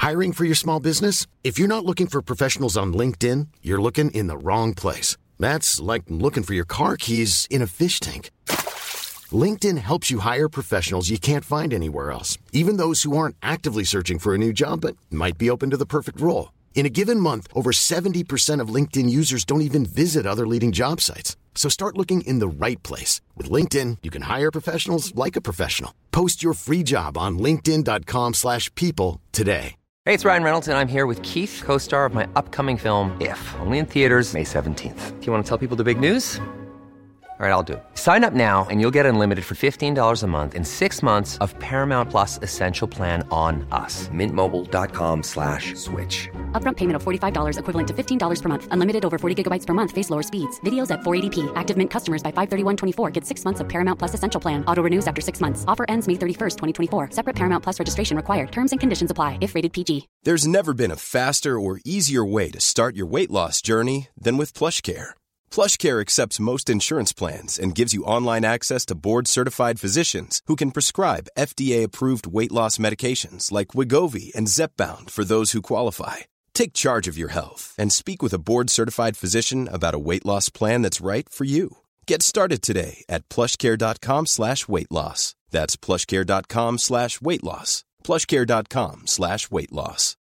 Hiring for your small business? If you're not looking for professionals on LinkedIn, you're looking in the wrong place. That's like looking for your car keys in a fish tank. LinkedIn helps you hire professionals you can't find anywhere else, even those who aren't actively searching for a new job but might be open to the perfect role. In a given month, over 70% of LinkedIn users don't even visit other leading job sites. So start looking in the right place. With LinkedIn, you can hire professionals like a professional. Post your free job on linkedin.com/people today. Hey, it's Ryan Reynolds, and I'm here with Keith, co-star of my upcoming film, If, only in theaters May 17th. Do you want to tell people the big news? All right, I'll do it. Sign up now and you'll get unlimited for $15 a month and 6 months of Paramount Plus Essential Plan on us. MintMobile.com/switch. Upfront payment of $45 equivalent to $15 per month. Unlimited over 40 gigabytes per month. Face lower speeds. Videos at 480p. Active Mint customers by 531.24 get 6 months of Paramount Plus Essential Plan. Auto renews after 6 months. Offer ends May 31st, 2024. Separate Paramount Plus registration required. Terms and conditions apply if rated PG. There's never been a faster or easier way to start your weight loss journey than with PlushCare. PlushCare accepts most insurance plans and gives you online access to board-certified physicians who can prescribe FDA-approved weight loss medications like Wegovy and Zepbound for those who qualify. Take charge of your health and speak with a board-certified physician about a weight loss plan that's right for you. Get started today at plushcare.com/weightloss. That's plushcare.com/weightloss. plushcare.com/weightloss.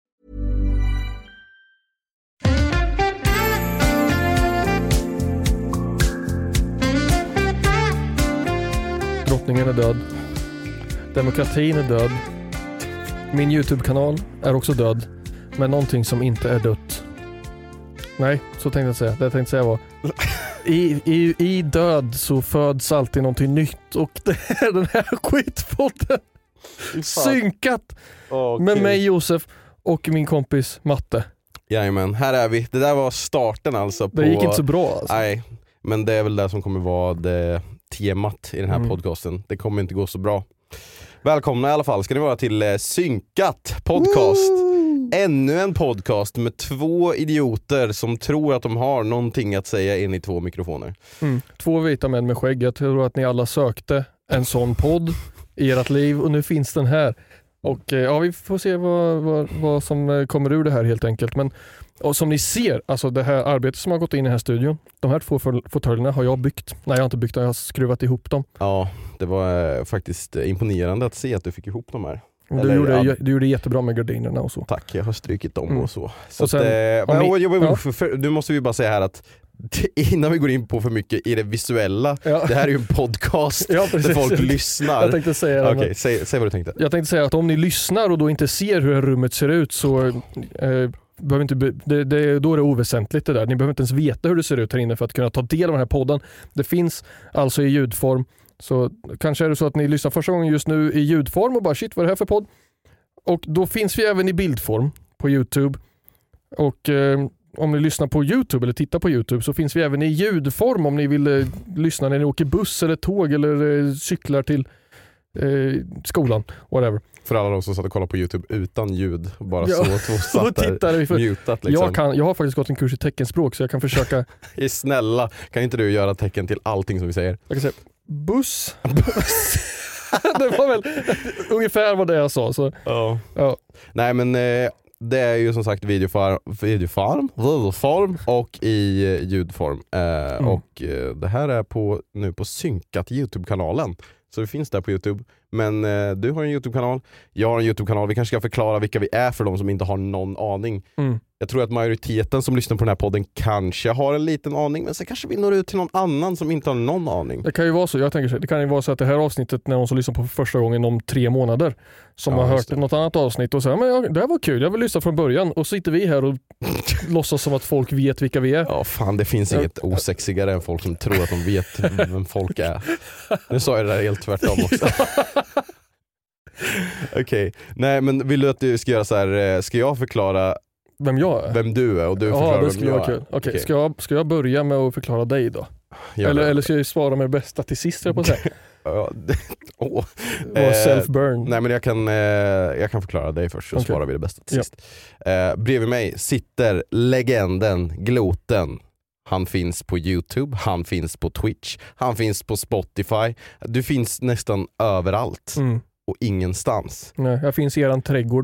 Drottningen är död. Demokratin är död. Min YouTube-kanal är också död. Men någonting som inte är dött. Nej, så tänkte jag säga. Det jag tänkte säga var i död så föds alltid någonting nytt. Och det är den här skitpodden. Synkat med mig Josef och min kompis Matte. Jajamän, här är vi. Det där var starten alltså. Det gick inte så bra alltså. Nej, men det är väl det som kommer vara det temat i den här podcasten. Det kommer inte gå så bra. Välkomna i alla fall ska ni vara till Synkat podcast. Ännu en podcast med 2 idioter som tror att de har någonting att säga in i 2 mikrofoner. 2 vita män med skägg. Jag tror att ni alla sökte en sån podd i ert liv och nu finns den här. Och ja, vi får se vad som kommer ur det här helt enkelt. Men och som ni ser, alltså det här arbetet som har gått in i den här studion, de här 2 fåtöljerna har jag byggt. Nej, jag har inte byggt, jag har skruvat ihop dem. Ja, det var faktiskt imponerande att se att du fick ihop de här. Du gjorde jättebra med gardinerna och så. Tack, jag har strykit dem och så. Så och sen, nu måste vi bara säga här att innan vi går in på för mycket i det visuella, det här är ju en podcast där folk lyssnar. Jag tänkte säga Okej, säg vad du tänkte. Jag tänkte säga att om ni lyssnar och då inte ser hur rummet ser ut så behöver inte då är det oväsentligt det där. Ni behöver inte ens veta hur det ser ut här inne för att kunna ta del av den här podden. Det finns alltså i ljudform. Så kanske är det så att ni lyssnar första gången just nu i ljudform och bara shit, vad är det här för podd? Och då finns vi även i bildform på YouTube. Och om ni lyssnar på YouTube eller tittar på YouTube så finns vi även i ljudform om ni vill lyssna när ni åker buss eller tåg eller cyklar till skolan, whatever. För alla de som satt och kollade på YouTube utan ljud och bara så 2 satt där mutat liksom. Jag har faktiskt gått en kurs i teckenspråk så jag kan försöka. Snälla, kan inte du göra tecken till allting som vi säger? Jag kan säga buss. Det var väl ungefär vad det jag sa så. Ja. Nej men det är ju som sagt videoform och i ljudform. Och det här är nu på Synkat YouTube-kanalen. Så det finns där på YouTube. Men du har en YouTube-kanal, jag har en YouTube-kanal. Vi kanske ska förklara vilka vi är för de som inte har någon aning. Jag tror att majoriteten som lyssnar på den här podden kanske har en liten aning, men så kanske vi når ut till någon annan som inte har någon aning. Det kan ju vara så, jag tänker så. Det kan ju vara så att det här avsnittet när någon som lyssnar på för första gången om 3 månader som har hört något annat avsnitt och säger men det här var kul, jag vill lyssna från början och så sitter vi här och låtsas som att folk vet vilka vi är. Ja fan, det finns inget osexigare än folk som tror att de vet vem folk är. Nu sa jag det där helt tvärtom också. Okej. Nej men vill du att du ska göra så här, ska jag förklara vem du är och du förklarar det skulle vara kul. Okej. Ska jag börja med att förklara dig då? Eller ska jag svara med det bästa till sist på sig? Self-burn. Nej men jag kan förklara dig först så svarar vi det bästa till sist. Bredvid mig sitter legenden, gloten. Han finns på YouTube, han finns på Twitch, han finns på Spotify. Du finns nästan överallt och ingenstans. Nej, jag finns i eran trädgård.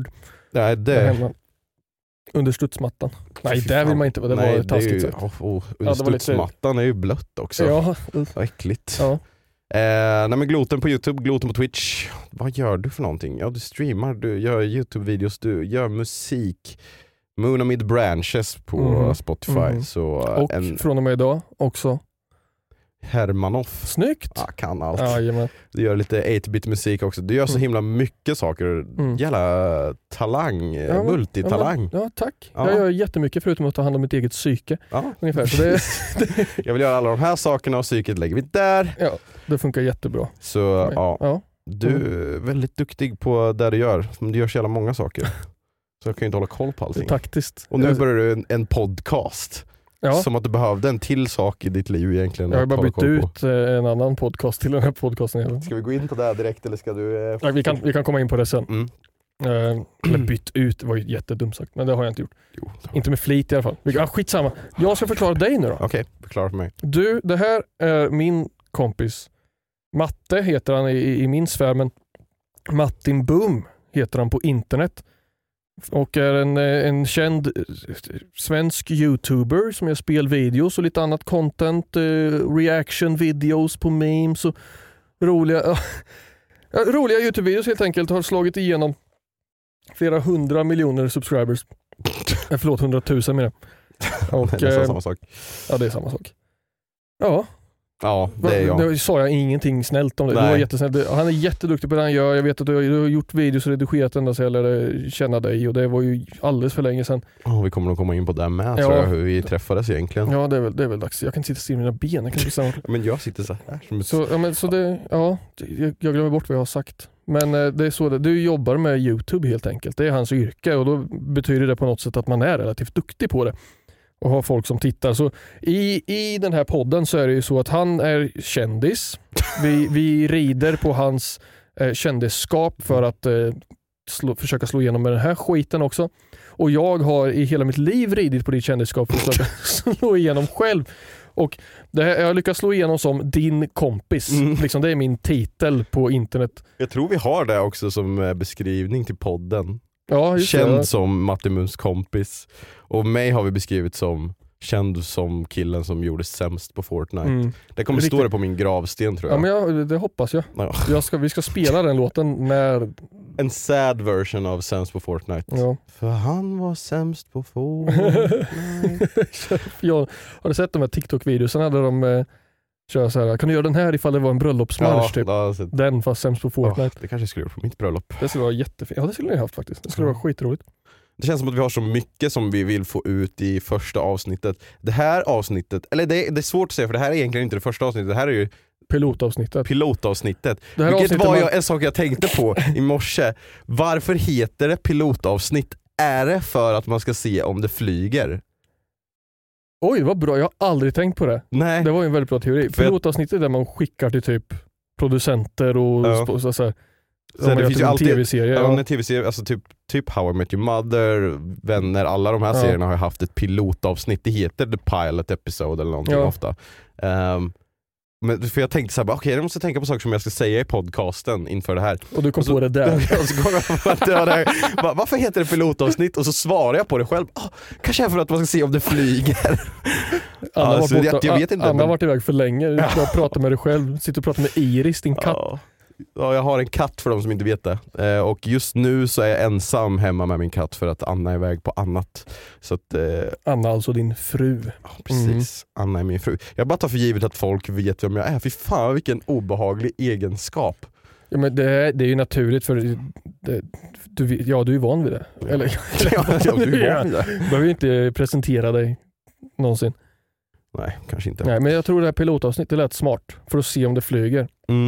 Nej, där hemma. Under studsmattan. Nej, där vill man inte vara. Det var taskigt sagt. Under studsmattan är ju blött också. Ja. Vad äckligt. Ja. Nej, men Gloten på YouTube, Gloten på Twitch. Vad gör du för någonting? Ja, du streamar, du gör YouTube-videos, du gör musik. Moon Amid Branches på Spotify. Så och från och med idag också Hermanoff. Snyggt! Ja, kan allt. Ja, du gör lite 8-bit musik också. Du gör så himla mycket saker. Jävla talang, multitalang. Ja, tack. Ja. Jag gör jättemycket förutom att ta hand om mitt eget psyke. Ja. Ungefär. Så det jag vill göra alla de här sakerna och psyket lägger vi där. Ja, det funkar jättebra. Så ja. Du är väldigt duktig på det du gör. Men du gör så jävla många saker. Så jag kan ju inte hålla koll på allting. Taktiskt. Och nu börjar du en podcast. Ja. Som att du behövde en till sak i ditt liv egentligen. Jag har bara bytt ut en annan podcast till den här podcasten. Ska vi gå in på det här direkt eller ska du... Nej, vi kan komma in på det sen. Eller bytt ut, det var ju jättedumt sagt. Men det har jag inte gjort. Jo, inte med flit i alla fall. Skitsamma. Jag ska förklara dig nu då. Okej, förklara för mig. Du, det här är min kompis. Matte heter han i min sfär, men Martin Boom heter han på internet. Och är en känd svensk YouTuber som gör spelvideos och lite annat content, reaction videos på memes och roliga YouTube-videos helt enkelt. Har slagit igenom flera 100 miljoner subscribers. 100 000 menar jag. Det är nästan samma sak. Ja, det är samma sak. Ja. Ja, det är jag. Nu sa jag ingenting snällt om det. Du var jättesnällt. Han är jätteduktig på det han gör. Jag vet att du har gjort videos och redigerat ända sedan jag lärde känna dig. Och det var ju alldeles för länge sedan. Vi kommer nog komma in på det med, tror jag, hur vi träffades egentligen. Ja, det är väl dags. Jag kan inte sitta still med mina ben. Jag kan inte men jag sitter så här. Jag glömmer bort vad jag har sagt. Men det är så det. Du jobbar med YouTube helt enkelt. Det är hans yrke och då betyder det på något sätt att man är relativt duktig på det. Och har folk som tittar. Så i den här podden så är det ju så att han är kändis. Vi rider på hans kändisskap för att försöka slå igenom med den här skiten också. Och jag har i hela mitt liv ridit på ditt kändisskap för att försöka slå igenom själv. Och det här, jag lyckas slå igenom som din kompis. Liksom, det är min titel på internet. Jag tror vi har det också som beskrivning till podden. Ja, känd som Martin Muns kompis. Och mig har vi beskrivit som känd som killen som gjorde sämst på Fortnite. Det kommer stå det på min gravsten, tror jag. Ja, men det hoppas jag. Ja. Vi ska spela den låten när... En sad version av sämst på Fortnite. Ja. För han var sämst på Fortnite. Har du sett de här TikTok-videorna där de kör så här, kan du göra den här ifall det var en bröllopsmarsch typ? Den fast sämst på Fortnite. Det kanske jag skulle göra på mitt bröllop. Det skulle vara jättefint. Ja, det skulle ni ha haft faktiskt. Det skulle vara skitroligt. Det känns som att vi har så mycket som vi vill få ut i första avsnittet. Det här avsnittet, eller det är svårt att säga för det här är egentligen inte det första avsnittet. Det här är ju pilotavsnittet. Vilket var en sak jag tänkte på i morse. Varför heter det pilotavsnitt? Är det för att man ska se om det flyger? Oj, vad bra. Jag har aldrig tänkt på det. Nej. Det var en väldigt bra teori. Pilotavsnittet där man skickar till typ producenter och så här. Så det finns ju alltid tv-serier. TV-serier, alltså typ How I Met Your Mother, Vänner, alla de här serierna har haft ett pilotavsnitt. Det heter The Pilot Episode eller någonting ofta. Men för jag tänkte såhär, okej, jag måste tänka på saker som jag ska säga i podcasten inför det här. Och du kom på det där. Varför heter det pilotavsnitt? Och så svarar jag på det själv. Kanske är för att man ska se om det flyger. Jag vet inte. Anna har varit iväg för länge. Jag pratar med dig själv. Sitter och pratar med Iris, din katt. Ja, jag har en katt för de som inte vet det. Och just nu så är jag ensam hemma med min katt för att Anna är iväg på annat. Så att, Anna, alltså din fru. Ja, precis. Anna är min fru. Jag bara tar för givet att folk vet vem jag är. Fy fan, vilken obehaglig egenskap. Ja, men det är ju naturligt för du är van vid det. Eller, du är van vid det. Du behöver ju inte presentera dig någonsin. Nej, kanske inte. Nej, men jag tror det här pilotavsnittet lät smart för att se om det flyger.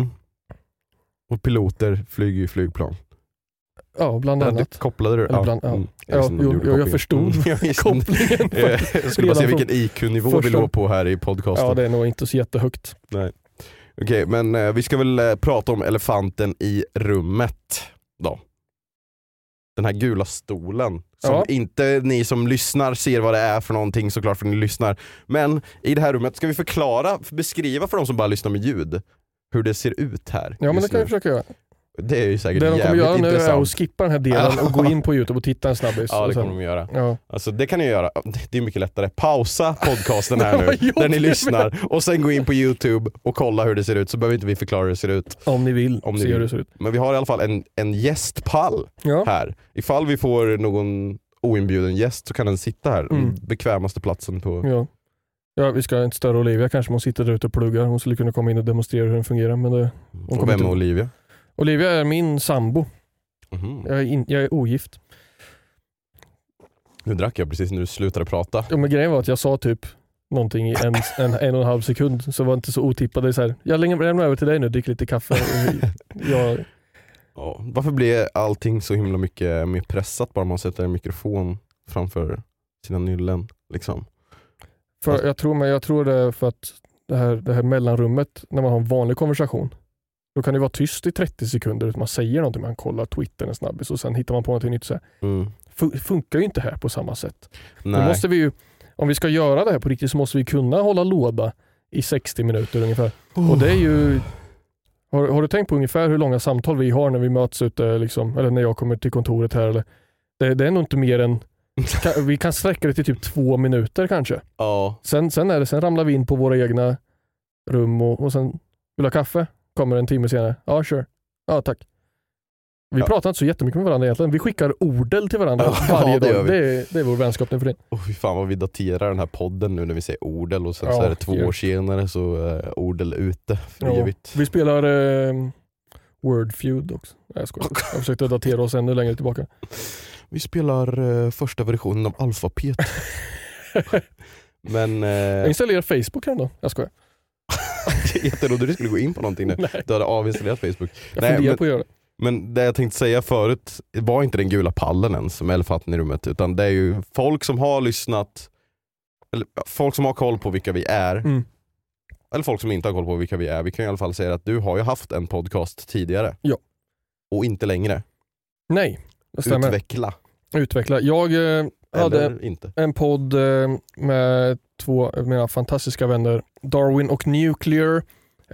Och piloter flyger ju flygplan. Ja, bland annat. Kopplade du? Jag förstod kopplingen. Jag skulle bara se vilken IQ-nivå vi låg på här i podcasten. Ja, det är nog inte så jättehögt. Nej. Okej, men vi ska väl prata om elefanten i rummet då. Den här gula stolen. Som inte ni som lyssnar ser vad det är för någonting, såklart, för ni lyssnar. Men i det här rummet ska vi beskriva för de som bara lyssnar med ljud hur det ser ut här. Ja, men det kan vi försöka göra. Det är ju säkert det de kommer göra nu intressant. är att skippa den här delen och gå in på YouTube och titta en snabbis. Ja, det sen, kommer de göra. Ja. Alltså det kan ni göra. Det är mycket lättare. Pausa podcasten här nu där ni lyssnar och sen gå in på YouTube och kolla hur det ser ut, så behöver inte vi förklara hur det ser ut. Om ni vill se hur det ser ut. Men vi har i alla fall en gästpall här. Ifall vi får någon oinbjuden gäst så kan den sitta här. Bekvämaste platsen på... Ja, vi ska inte störa Olivia kanske. Hon sitter där ute och pluggar. Hon skulle kunna komma in och demonstrera hur den fungerar. Men det, och vem är Olivia? Olivia är min sambo. Jag är ogift. Nu drack jag precis när du slutade prata. Ja, men grejen var att jag sa typ någonting i en och en halv sekund, så var det inte så otippade. Så här, jag lämnar över till dig nu, drick lite kaffe. Ja, varför blir allting så himla mycket mer pressat bara man sätter en mikrofon framför sina nyllen liksom? För jag tror det är för att det här mellanrummet, när man har en vanlig konversation, då kan det vara tyst i 30 sekunder utan man säger någonting, man kollar Twitter en snabbis och sen hittar man på någonting nytt. Så funkar ju inte här på samma sätt. Nej. Då måste vi ju, om vi ska göra det här på riktigt, så måste vi kunna hålla låda i 60 minuter ungefär. Och det är ju... Har du tänkt på ungefär hur långa samtal vi har när vi möts ute liksom, eller när jag kommer till kontoret här? Eller, det är nog inte mer än... Vi kan sträcka det till typ 2 minuter kanske. Ja. Sen ramlar vi in på våra egna rum och sen vill ha kaffe. Kommer en timme senare. Ja, sure. Ja, tack. Vi pratar inte så jättemycket med varandra egentligen. Vi skickar ordel till varandra varje dag. Det är vår vänskap nu för det. Fy fan vad vi daterar den här podden nu när vi säger ordel och sen så är det 2 år senare så är ordel ute för evigt. Vi spelar Wordfeud också. Jag skojar. Jag försökte datera oss ännu längre tillbaka. Vi spelar första versionen av alfabet. Men jag installerar Facebook här då. Jag skojar. Jag trodde du skulle gå in på någonting nu. Nej. Du hade avinstallerat Facebook. Jag funderar på att göra det. Men det jag tänkte säga förut var inte den gula pallen ens som elefanten i rummet, utan det är ju folk som har lyssnat, eller folk som har koll på vilka vi är, eller folk som inte har koll på vilka vi är. Vi kan i alla fall säga att du har ju haft en podcast tidigare. Ja. Och inte längre. Nej, det stämmer. Utveckla. Jag hade en podd med 2 av mina fantastiska vänner, Darwin och Nuclear.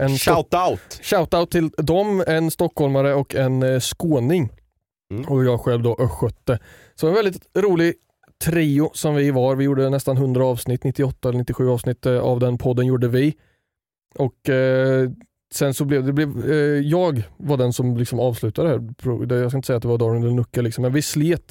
Shoutout till dem, en stockholmare och en skåning. Och jag själv då östgöte. Så en väldigt rolig trio som vi var. Vi gjorde nästan 100 avsnitt, 98 eller 97 avsnitt av den podden gjorde vi. Och sen så blev jag var den som liksom avslutade det här. Jag ska inte säga att det var Darwin eller Nucka liksom, men vi slet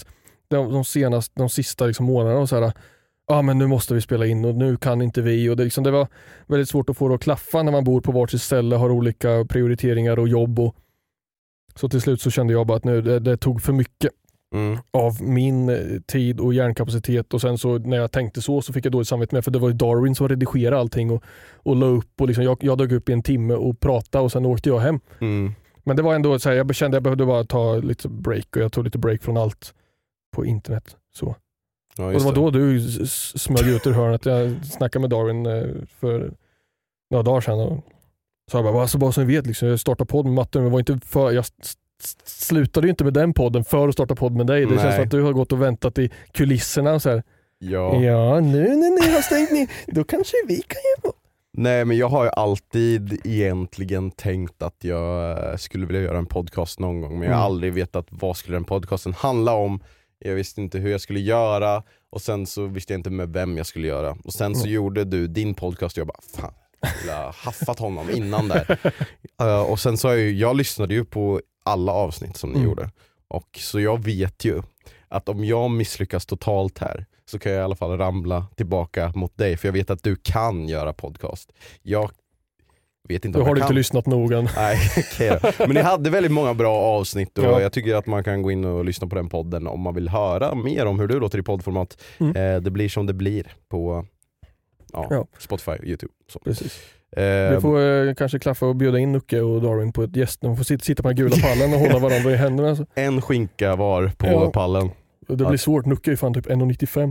de sista liksom månaderna och så här. Men nu måste vi spela in och nu kan inte vi. Och det var väldigt svårt att få det att klaffa när man bor på vart sitt ställe, har olika prioriteringar och jobb. Och så till slut så kände jag bara att nu, det tog för mycket av min tid och hjärnkapacitet. Och sen så när jag tänkte så fick jag dåligt samvete med, för det var Darwin som redigerade allting och la upp. Och liksom, jag dök upp i en timme och pratade och sen åkte jag hem. Men det var ändå så här, jag kände att jag behövde bara ta lite break, och jag tog lite break från allt på internet. Så. Ja, och det var då du smög ut ur hörnet. Jag snackade med Darwin för några dagar sedan och sa bara som ni vet liksom, jag startade podd med Matte, men var inte för, jag slutade ju inte med den podden för att starta podd med dig. Det känns som att du har gått och väntat i kulisserna och så här. Ja, nu när ni har stängt ner, då kanske vi kan göra. Nej, men jag har ju alltid egentligen tänkt att jag skulle vilja göra en podcast någon gång, men jag har aldrig vetat vad skulle den podcasten handla om. Jag visste inte hur jag skulle göra, och sen så visste jag inte med vem jag skulle göra. Och sen så gjorde du din podcast och jag bara, fan, jag skulle ha haffat honom innan där. Och sen så jag lyssnade ju på alla avsnitt som ni gjorde. Och så jag vet ju att om jag misslyckas totalt här så kan jag i alla fall ramla tillbaka mot dig. För jag vet att du kan göra podcast. Jag vet inte om du har jag inte lyssnat noga. Nej, okay. Men ni hade väldigt många bra avsnitt och jag tycker att man kan gå in och lyssna på den podden om man vill höra mer om hur du låter i poddformat. Det blir som det blir på Spotify och YouTube. Så. Precis. Vi får kanske klaffa och bjuda in Nucke och Darwin på ett gäst. De får sitta på den gula pallen och hålla varandra i händerna. Alltså. En skinka var på pallen. Det blir svårt. Nucke är fan typ 1,95.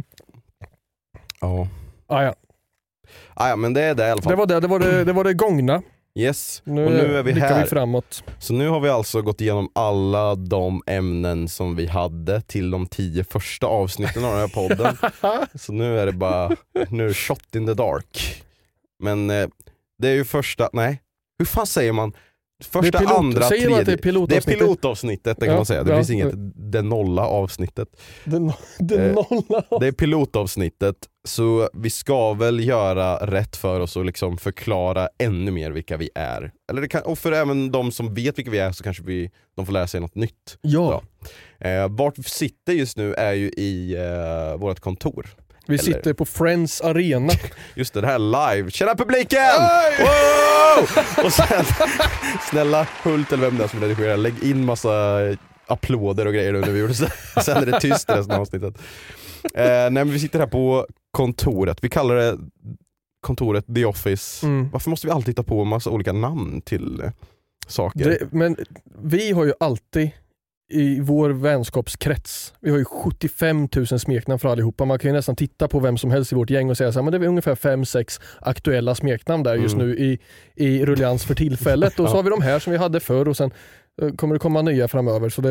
Ja. Ja, men det är det i alla fall. Det var det gångna. Yes, nu, och nu är vi här. Vi framåt. Så nu har vi alltså gått igenom alla de ämnen som vi hade till de 10 första avsnitten av den här podden. Så nu är det bara, nu är det shot in the dark. Men det är ju första, hur fan säger man? Första, andra, säger man att det är tredje. Det är pilotavsnittet, det kan man säga. Det finns inget det nolla avsnittet. Det är pilotavsnittet. Så vi ska väl göra rätt för oss och liksom förklara ännu mer vilka vi är. Eller det kan, och för även de som vet vilka vi är så kanske de får lära sig något nytt. Ja. Vart vi sitter just nu är ju i vårt kontor. Vi sitter på Friends Arena. Just det här live. Tjena publiken! Wow! Och sen, snälla Hult eller vem det är som redigerar, lägg in massa applåder och grejer under vi gjorde. Sen är det tyst resten av avsnittet. Nej, men vi sitter här på kontoret. Vi kallar det kontoret The Office. Varför måste vi alltid hitta på en massa olika namn till saker? Men vi har ju alltid i vår vänskapskrets, vi har ju 75 000 smeknamn för allihopa. Man kan ju nästan titta på vem som helst i vårt gäng och säga så här, men det är ungefär 5-6 aktuella smeknamn där just nu i ruljans för tillfället. Och så har vi de här som vi hade förr och sen kommer det komma nya framöver. Så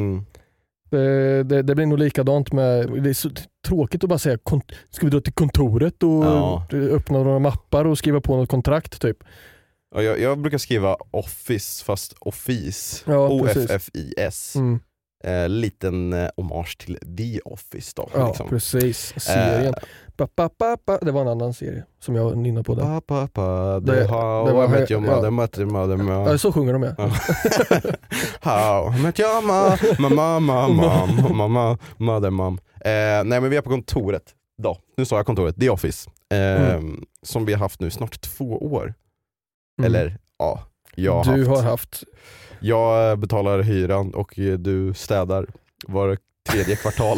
det blir nog likadant med, det är så tråkigt att bara säga, ska vi dra till kontoret och öppna några mappar och skriva på något kontrakt typ. Ja, jag brukar skriva Office fast Office. O-F-F-I-S. Liten hommage till The Office då. Ja, liksom. Precis. Serien. Det var en annan serie som jag nynnar på där. Ja, så sjunger de How I met your mom. Nej, men vi är på kontoret då. Nu sa jag kontoret, The Office. Som vi har haft nu snart 2 år. Eller jag har haft. Jag betalar hyran och du städar var 3:e kvartal.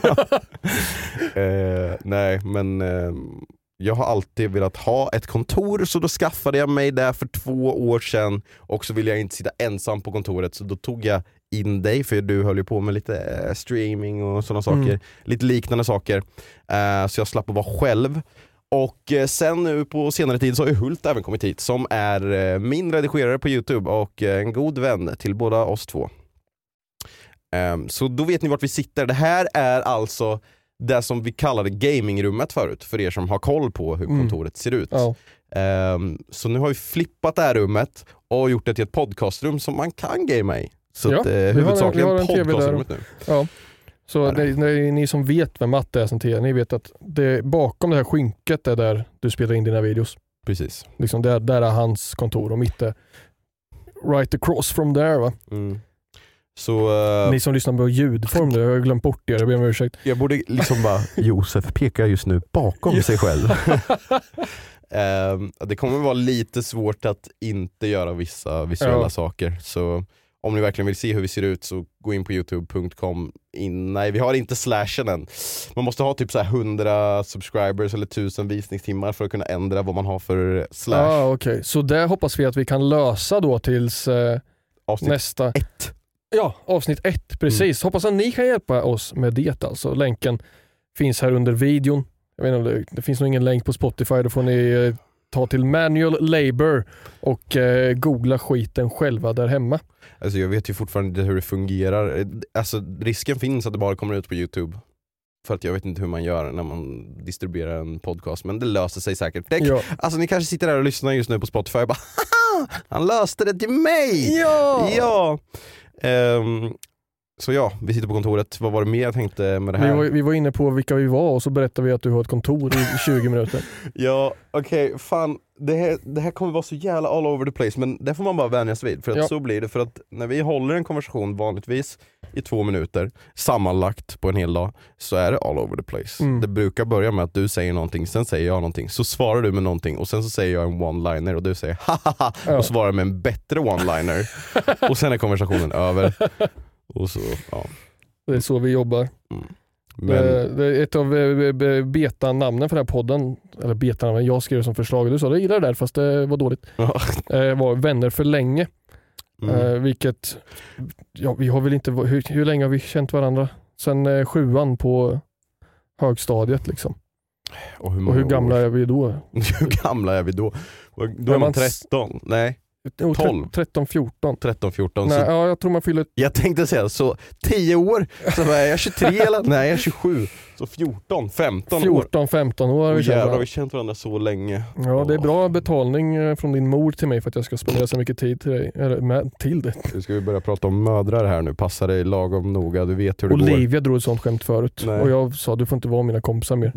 Nej, men jag har alltid velat ha ett kontor, så då skaffade jag mig det för 2 år sedan. Och så ville jag inte sitta ensam på kontoret, så då tog jag in dig, för du höll ju på med lite streaming och sådana saker, lite liknande saker. Så jag slapp att vara själv. Och sen nu på senare tid så har ju Hult även kommit hit, som är min redigerare på YouTube och en god vän till båda oss två. Så då vet ni vart vi sitter. Det här är alltså det som vi kallade gamingrummet förut, för er som har koll på hur kontoret ser ut. Så nu har vi flippat det här rummet och gjort det till ett podcastrum som man kan gamea i. Så att, huvudsakligen podcastrummet nu. Ja. Så ni som vet vem Matt är sen tidigare, ni vet att bakom det här skynket är där du spelar in dina videos. Precis. Liksom där är hans kontor och mitt är right across from there, va? Så, ni som lyssnar på ljudform nu, jag har glömt bort det, jag ber om ursäkt. Jag borde liksom bara, Josef pekar just nu bakom sig själv. Det kommer vara lite svårt att inte göra vissa visuella saker, så om ni verkligen vill se hur vi ser ut så gå in på youtube.com. Nej, vi har inte slashen än. Man måste ha typ så här 100 subscribers eller 1000 visningstimmar för att kunna ändra vad man har för slash. Okej. Så det hoppas vi att vi kan lösa då tills avsnitt nästa 1. Ja, avsnitt 1, precis. Hoppas att ni kan hjälpa oss med det alltså. Länken finns här under videon. Jag vet inte, det finns nog ingen länk på Spotify, då får ni ta till manual labor och googla skiten själva där hemma. Alltså jag vet ju fortfarande inte hur det fungerar. Alltså risken finns att det bara kommer ut på YouTube. För att jag vet inte hur man gör när man distribuerar en podcast. Men det löser sig säkert. Alltså ni kanske sitter där och lyssnar just nu på Spotify och bara haha, han löste det till mig! Ja! Så ja, vi sitter på kontoret. Vad var det mer jag tänkte med det här? Vi var inne på vilka vi var och så berättade vi att du har ett kontor i 20 minuter. Ja, okej, fan. Det här kommer vara så jävla all over the place, men det får man bara vänja sig vid. För att så blir det, för att när vi håller en konversation vanligtvis i 2 minuter sammanlagt på en hel dag, så är det all over the place. Det brukar börja med att du säger någonting, sen säger jag någonting, så svarar du med någonting och sen så säger jag en one-liner och du säger hahaha och svarar med en bättre one-liner och sen är konversationen över. Och så, ja. Det är så vi jobbar. Men det är ett av beta-namnen för den här podden, eller beta-namnen jag skrev som förslag. Du sa det gillar det där, fast det var dåligt. Var Vänner för länge. Vilket, vi har väl inte, hur länge har vi känt varandra? Sen 7:an på högstadiet liksom. Och hur gamla är vi då? Hur gamla är vi då? Då är man 13. Nej. 12. 13-14. 13-14. Nej, Så ja, jag tror man fyller... jag tänkte säga, så 10 år, så är jag 23 eller? Nej, jag är 27. Så 14-15 år. 14-15 år har vi känt Jävlar, varandra. vi har känt varandra så länge. Ja, det är bra betalning från din mor till mig för att jag ska spendera så mycket tid till dig. Eller till det. Nu ska vi börja prata om mödrar här nu. Passa dig lagom noga, du vet hur det går. Olivia drog ett sånt skämt förut. Nej. Och jag sa, du får inte vara mina kompisar mer.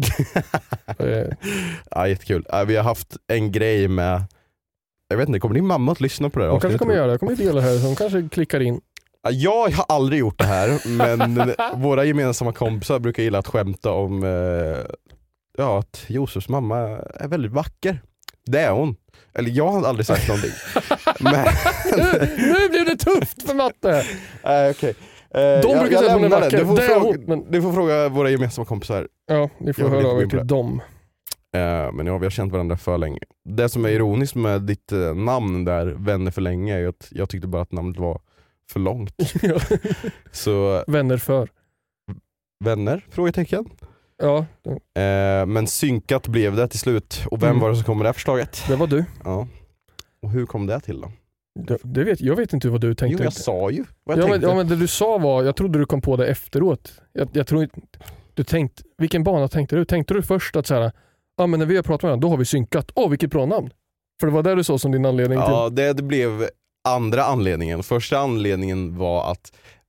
Ja, jättekul. Vi har haft en grej med, jag vet inte, kommer din mamma att lyssna på det här? Hon kanske kommer göra det. Jag kommer dela det här. Så hon kanske klickar in. Jag har aldrig gjort det här, men våra gemensamma kompisar brukar gilla att skämta om att Josefs mamma är väldigt vacker. Det är hon. Eller jag har aldrig sagt någonting. Men Nu blev det tufft för Matte. okej. De brukar säga att hon är vacker. Du får fråga våra gemensamma kompisar. Ja, ni får Jag vill höra inte gå av in på till dem. Men ja, vi har känt varandra för länge. Det som är ironiskt med ditt namn där, Vänner för länge, är att jag tyckte bara att namnet var för långt. Ja. Så Vänner för. vänner? Frågetecken. Ja, Men synkat blev det till slut. Och vem var det som kom med det här förslaget? det var du. Ja. Och hur kom det till då? Jag vet inte vad du tänkte. Jo, jag sa ju vad jag Ja tänkte. men det du sa var, jag trodde du kom på det efteråt. Jag tror inte, du tänkte, vilken bana tänkte du? Tänkte du först att såhär, men när vi har pratat med varandra, då har vi synkat. Vilket bra namn. För det var det du sa som din anledning till. Ja, det blev andra anledningen. Första anledningen var att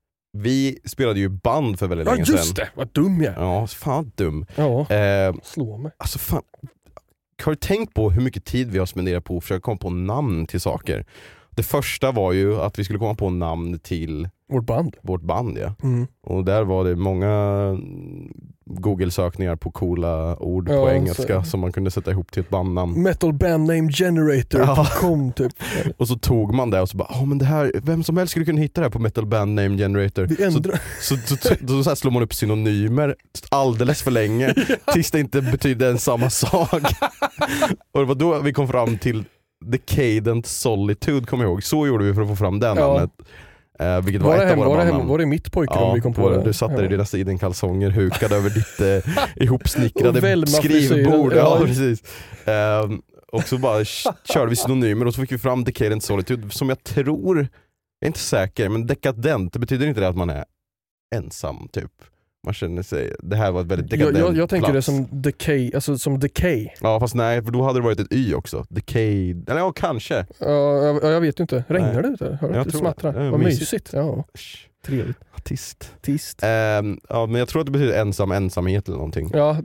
vi spelade ju band för väldigt länge sedan. Ja just det, vad dum jag är. Ja, fan dum. Ja, slå mig. Alltså fan, har du tänkt på hur mycket tid vi har spenderat på att försöka komma på namn till saker? Det första var ju att vi skulle komma på namn till vårt band ja. Och där var det många Google-sökningar på coola ord på engelska som man kunde sätta ihop till ett bandnamn. Metal band name generator.com typ. Och så tog man det och så bara, men det här, vem som helst skulle kunna hitta det här på Metal band name generator. Vi ändrar. Så här slår man upp synonymer alldeles för länge tills det inte betyder en samma sak. Och det var då vi kom fram till Decadent Solitude, kommer jag ihåg. Så gjorde vi för att få fram det namnet. Vilket var ett av våra bandnamn. Var det mitt pojkrum vi kom på det? Du satt där i dina sidenkalsonger, hukad över ditt ihopsnickrade skrivbord. Ja, precis. Och så bara körde vi synonymer och så fick vi fram Decadent Solitude, som jag tror, jag är inte säker, men dekadent, det betyder inte det att man är ensam typ. Man känner sig, det här var ett väldigt dekadent jag tänker plats. det som decay, alltså som decay. Ja fast nej, för då hade det varit ett y också. Decay, eller ja kanske. Ja, jag vet ju inte. Regnar det ute? Hör du Jag inte tror smattra? det. Vad mysigt. Ja, trevligt. Artist. Ja, men jag tror att det betyder ensamhet eller någonting. Ja,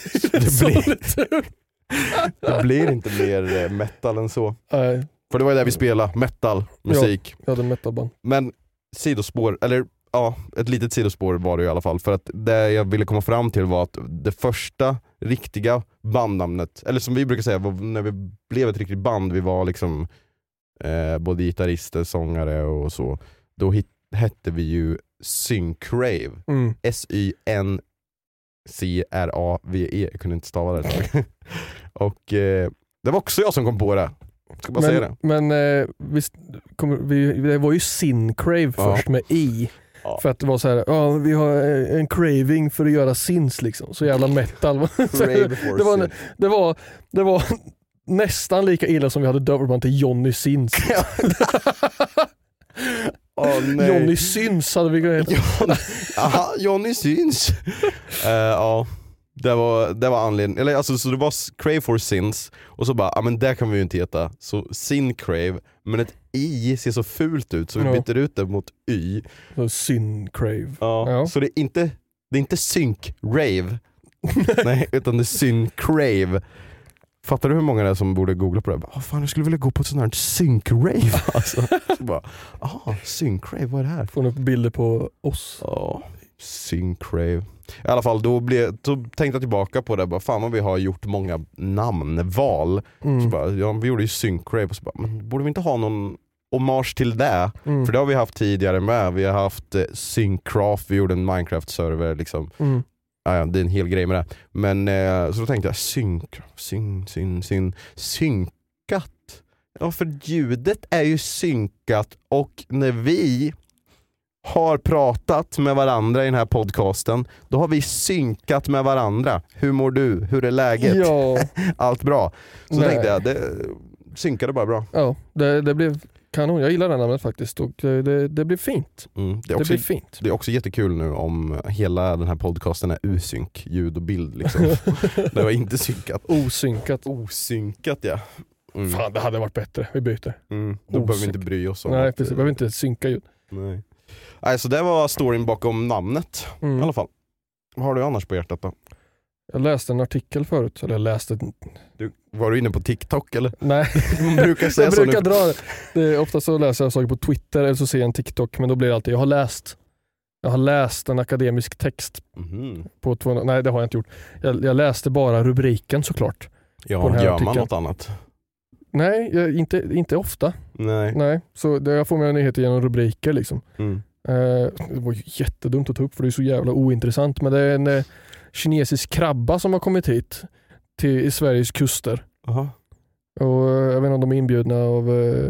Det blir inte mer metal än så. Nej. För det var ju där vi spelade, metal, musik. Ja, det är metalband. Men sidospår, eller ja, ett litet sidospår var det i alla fall. För att det jag ville komma fram till var att det första riktiga bandnamnet, eller som vi brukar säga, när vi blev ett riktigt band, vi var liksom både gitarrister, sångare och så. Då hette vi ju Syncrave. S-Y-N-C-R-A-V-E. Jag kunde inte stava det. Och det var också jag som kom på det. Ska bara säga det. Men det var ju Syncrave först med I. Ja. För att det var så här, vi har en craving för att göra syns liksom. Så jävla metal. det var nästan lika illa som vi hade döpt till Johnny Sins. Johnny Syns hade vi kunnat heta. Johnny Syns. Ja. Det var anledningen, eller alltså så det var Crave for Sins och så bara, men det kan vi ju inte heta. Så Syncrave, men ett I ser så fult ut så vi byter ut det mot Y. Så Syncrave. Ja. Så det är inte Sync-Rave. Nej, utan det är Syncrave. Fattar du hur många det är som borde googla på det? Fan, jag skulle vilja gå på ett sånt här Sync-Rave alltså. Så bara, Syncrave, vad är det här? Får upp bilder på oss. Ja, Syncrave. I alla fall, då tänkte jag tillbaka på det. Bara, fan vad vi har gjort många namnval. Så bara, vi gjorde ju Syncrave. Och så bara, men borde vi inte ha någon hommage till det? För det har vi haft tidigare med. Vi har haft Syncraft. Vi gjorde en Minecraft-server liksom. Ja, det är en hel grej med det. Men så då tänkte jag synkat. Ja, för ljudet är ju synkat. Och när vi har pratat med varandra i den här podcasten, då har vi synkat med varandra. Hur mår du? Hur är läget? Ja. Allt bra. Så tänkte jag, synkade bara bra. Ja, det blev kanon. Jag gillar det namnet faktiskt och det blev fint. Det blev fint. Det är också jättekul nu om hela den här podcasten är usynk, ljud och bild liksom. Det var inte synkat. Osynkat, ja. Fan, det hade varit bättre. Vi byter. Då behöver vi inte bry oss om. Nej, precis. Vi behöver inte synka ljud. Nej, så det var storyn bakom namnet i alla fall. Vad har du annars på hjärtat då? Jag läste en artikel förut. Var du inne på TikTok eller? Nej, Man brukar säga jag så brukar nu. dra det. Ofta så läser jag saker på Twitter eller så ser jag en TikTok, men då blir det alltid jag har läst en akademisk text på 200. Nej, det har jag inte gjort. Jag läste bara rubriken såklart. Ja, gör man något annat? Nej, inte ofta. Nej. Så jag får mina nyheter genom rubriker liksom. Det var ju jättedumt att ta upp för det är så jävla ointressant, men det är en kinesisk krabba som har kommit hit i Sveriges kuster. Aha. Och jag vet inte om de är inbjudna av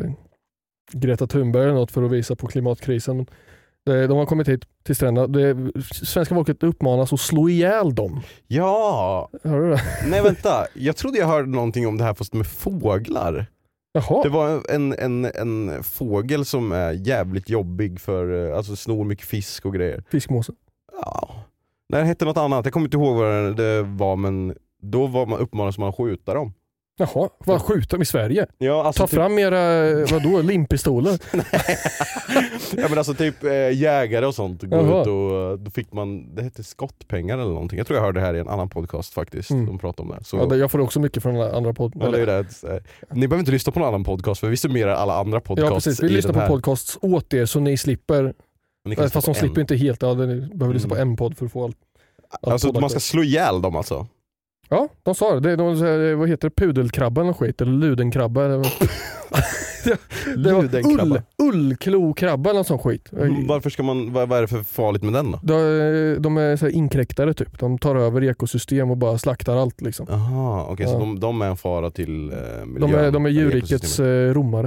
Greta Thunberg eller något för att visa på klimatkrisen. Men de har kommit hit till stränderna. Svenska folket uppmanas att slå ihjäl dem. Ja! Hör du det? Nej, vänta. Jag trodde jag hörde någonting om det här fast med fåglar. Jaha. Det var en fågel som är jävligt jobbig för, alltså snor mycket fisk och grejer. Fiskmåsen? Ja. Nej, det hette något annat. Jag kommer inte ihåg vad det var, men då var man uppmanad att skjuta dem. Jaha, vad skjuta dem i Sverige? Ja, alltså ta fram era, limpistoler? Ja, men alltså typ jägare och sånt gå ut och då fick man, det hette skottpengar eller någonting. Jag tror jag hörde det här i en annan podcast faktiskt. De pratade om det. Så, ja, jag får också mycket från andra podcasts. Ni behöver inte lyssna på någon annan podcast för vi summerar alla andra podcasts. Ja, precis. Vi lyssnar på podcasts åt er så ni slipper. Fast de slipper inte helt. Ja, ni behöver lyssna på en podd för att få allt. Alltså man ska slå ihjäl dem alltså? Ja, de sa det. Vad heter det? Pudelkrabba eller skit? Eller ludenkrabba? Eller det var ullklokrabba eller någon sån skit. Varför ska man, vad är det för farligt med den då? De är så här inkräktare typ. De tar över ekosystem och bara slaktar allt liksom. Aha, okej, så de är en fara till miljön? De är djurrikets romare.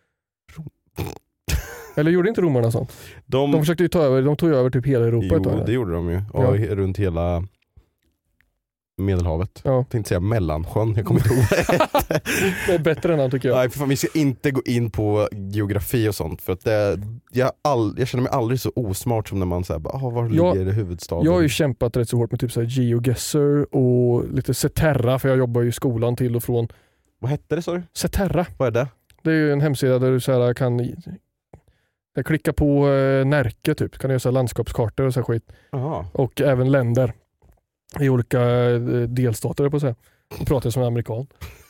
Eller gjorde inte romarna sånt? De försökte ju tog över typ hela Europa. Jo, det gjorde de ju. Och runt hela Medelhavet. Ja. Jag tänkte säga Mellansjön. Jag kommer inte ihåg det. Det är bättre än han tycker jag. Nej, för fan, vi ska inte gå in på geografi och sånt. För att jag känner mig aldrig så osmart som när man säger var ligger huvudstaden? Jag har ju kämpat rätt så hårt med typ så här GeoGuessr och lite Zeterra, för jag jobbar ju i skolan till och från. Vad hette det, sa du? Zeterra. Vad är det? Det är ju en hemsida där du så här kan klicka på Närke typ. Kan du göra så här landskapskartor och så här skit. Aha. Och även länder i olika delstater på så här. Jag pratar som en amerikan.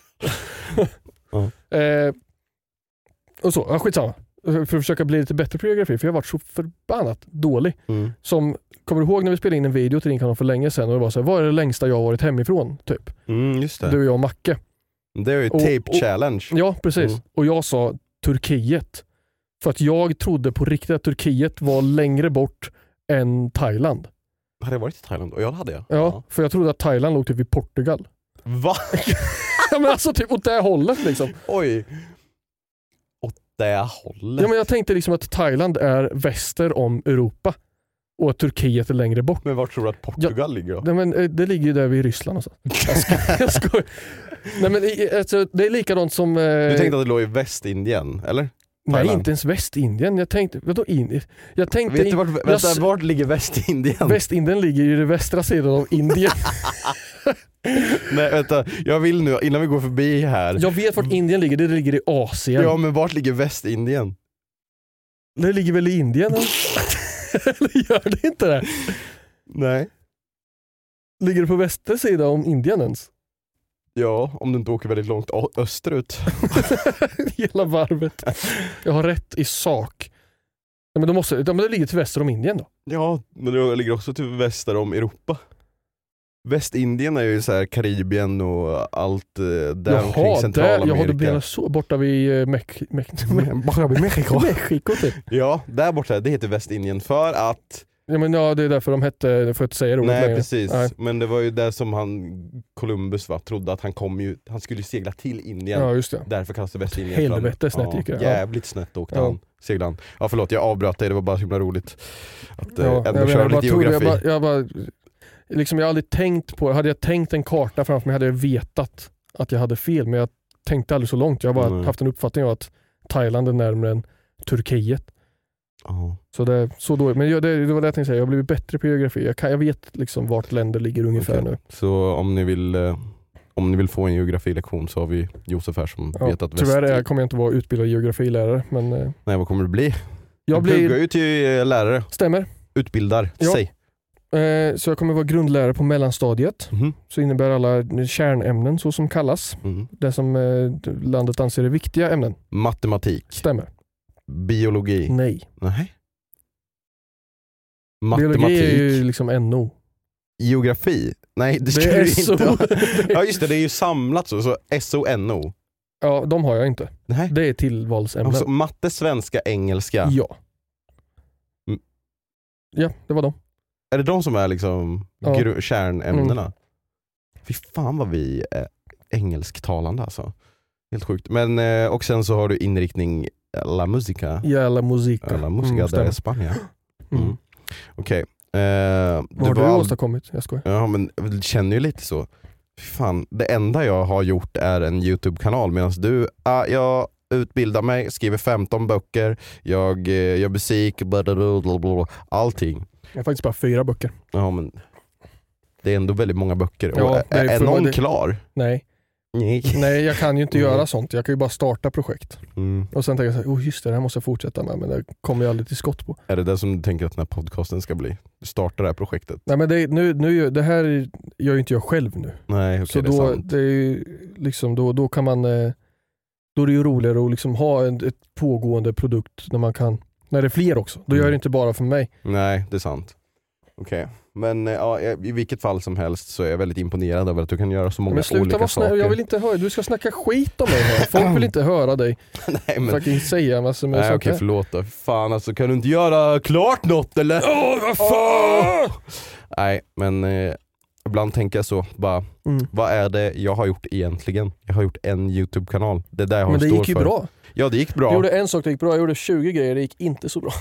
Och så, skitsamma. För att försöka bli lite bättre på geografi, för jag har varit så förbannat dålig. Som, kommer du ihåg när vi spelade in en video till din kanal för länge sedan och det var så här, vad är det längsta jag har varit hemifrån typ? Just det. Du och jag och Macke. Det är ju tape challenge. Ja, precis. Och jag sa Turkiet. För att jag trodde på riktigt att Turkiet var längre bort än Thailand. Hade jag varit i Thailand? Och jag hade jag. Ja, för jag trodde att Thailand låg typ vid Portugal. Va? Ja, men alltså typ åt det hållet liksom. Oj. Åt det hållet? Ja, men jag tänkte liksom att Thailand är väster om Europa. Och att Turkiet är längre bort. Men var tror du att Portugal ligger då? Ja, men det ligger ju där vid Ryssland och så. Jag skojar. Nej, men alltså, det är likadant som... Du tänkte att det låg i Västindien, eller? Nej, inte ens Västindien. Jag tänkte, vadå Indien? Vart ligger Västindien? Västindien ligger i den västra sidan av Indien. Nej, vänta. Jag vill nu, innan vi går förbi här. Jag vet vart Indien ligger. Det ligger i Asien. Ja, men vart ligger Västindien? Det ligger väl i Indien? Eller gör det inte det? Nej. Ligger det på västra sidan om Indien ens? Ja, om du inte åker väldigt långt österut. Hela varvet. Jag har rätt i sak. Men det ligger till väster om Indien då. Ja, men det ligger också till väster om Europa. Västindien är ju så här Karibien och allt där omkring Centralamerika. Jaha, det blir så borta vid Mexiko typ. Ja, där borta, det heter Västindien för att... Ja, men ja, det är därför de hette, det får jag inte säga det ordet längre. Nej, precis. Nej. Men det var ju där som Columbus trodde att han skulle segla till Indien. Ja, just det. Därför kallas det Västindien. Helvete snett gick det. Jävligt snett åkte han. Seglade han. Ja, förlåt, jag avbröt dig. Det var bara så himla roligt att ändå köra lite geografi. Jag har aldrig tänkt på, hade jag tänkt en karta framför mig hade jag vetat att jag hade fel, men jag tänkte aldrig så långt. Jag har bara haft en uppfattning av att Thailand är närmare än Turkiet. Så det är så dåligt. Men det var det jag tänkte säga. Jag har blivit bättre på geografi. Jag vet liksom vart länder ligger ungefär nu. Så om ni vill få en geografilektion så har vi Josef här som vet att tyvärr kommer jag inte vara utbildad geografilärare. Men, nej, vad kommer det bli? Jag pluggar ju till lärare. Stämmer. Utbildar. Säg. Så jag kommer vara grundlärare på mellanstadiet. Så innebär alla kärnämnen så som kallas. Det som landet anser är viktiga ämnen. Matematik. Stämmer. Biologi. Nej. Matematik. Biologi är ju liksom NO. Geografi. Nej, det ska du inte. Ja just det, det är ju samlat så SO-NO. Ja, de har jag inte. Nej. Det är tillvalsämnen. Alltså, matte, svenska, engelska. Ja. Ja, det var de. Är det de som är liksom kärnämnena? Fy fan vad vi är engelsktalande alltså. Helt sjukt. Men och sen så har du inriktning La Musica. Ja, La Musica. La Musica de España. Okej. Vad har du åstadkommit? Jag skojar. Ja, men det känner ju lite så. Fy fan, det enda jag har gjort är en YouTube-kanal medan du, jag utbildar mig, skriver 15 böcker, jag gör musik, allting. Jag har faktiskt bara 4 böcker. Ja, men det är ändå väldigt många böcker. Ja, är någon klar? Nej. Nej, jag kan ju inte göra sånt. Jag kan ju bara starta projekt. Och sen tänker jag så här, just det här måste jag fortsätta med, men det kommer jag aldrig till skott på. Är det det som du tänker att den här podcasten ska bli? Du startar det här projektet? Nej, men det här gör ju inte jag själv nu. Nej, okej, så det är sant. Det är liksom, då kan man då är det ju roligare att liksom ha ett pågående produkt när det är fler också. Då gör det inte bara för mig. Nej, det är sant. Okej. Men i vilket fall som helst så är jag väldigt imponerad över att du kan göra så många olika saker. Jag vill inte höra, du ska snacka skit om mig här. Folk vill inte höra dig. Nej, men fucking säga vad som är nej, okej, förlåt då. Fan, alltså kan du inte göra klart något eller? Vad fan! Nej, men ibland tänker jag så bara, vad är det jag har gjort egentligen? Jag har gjort en YouTube-kanal. Det där jag har. Men det gick ju bra. Ja, det gick bra. Jag gjorde en sak det gick bra, jag gjorde 20 grejer, det gick inte så bra.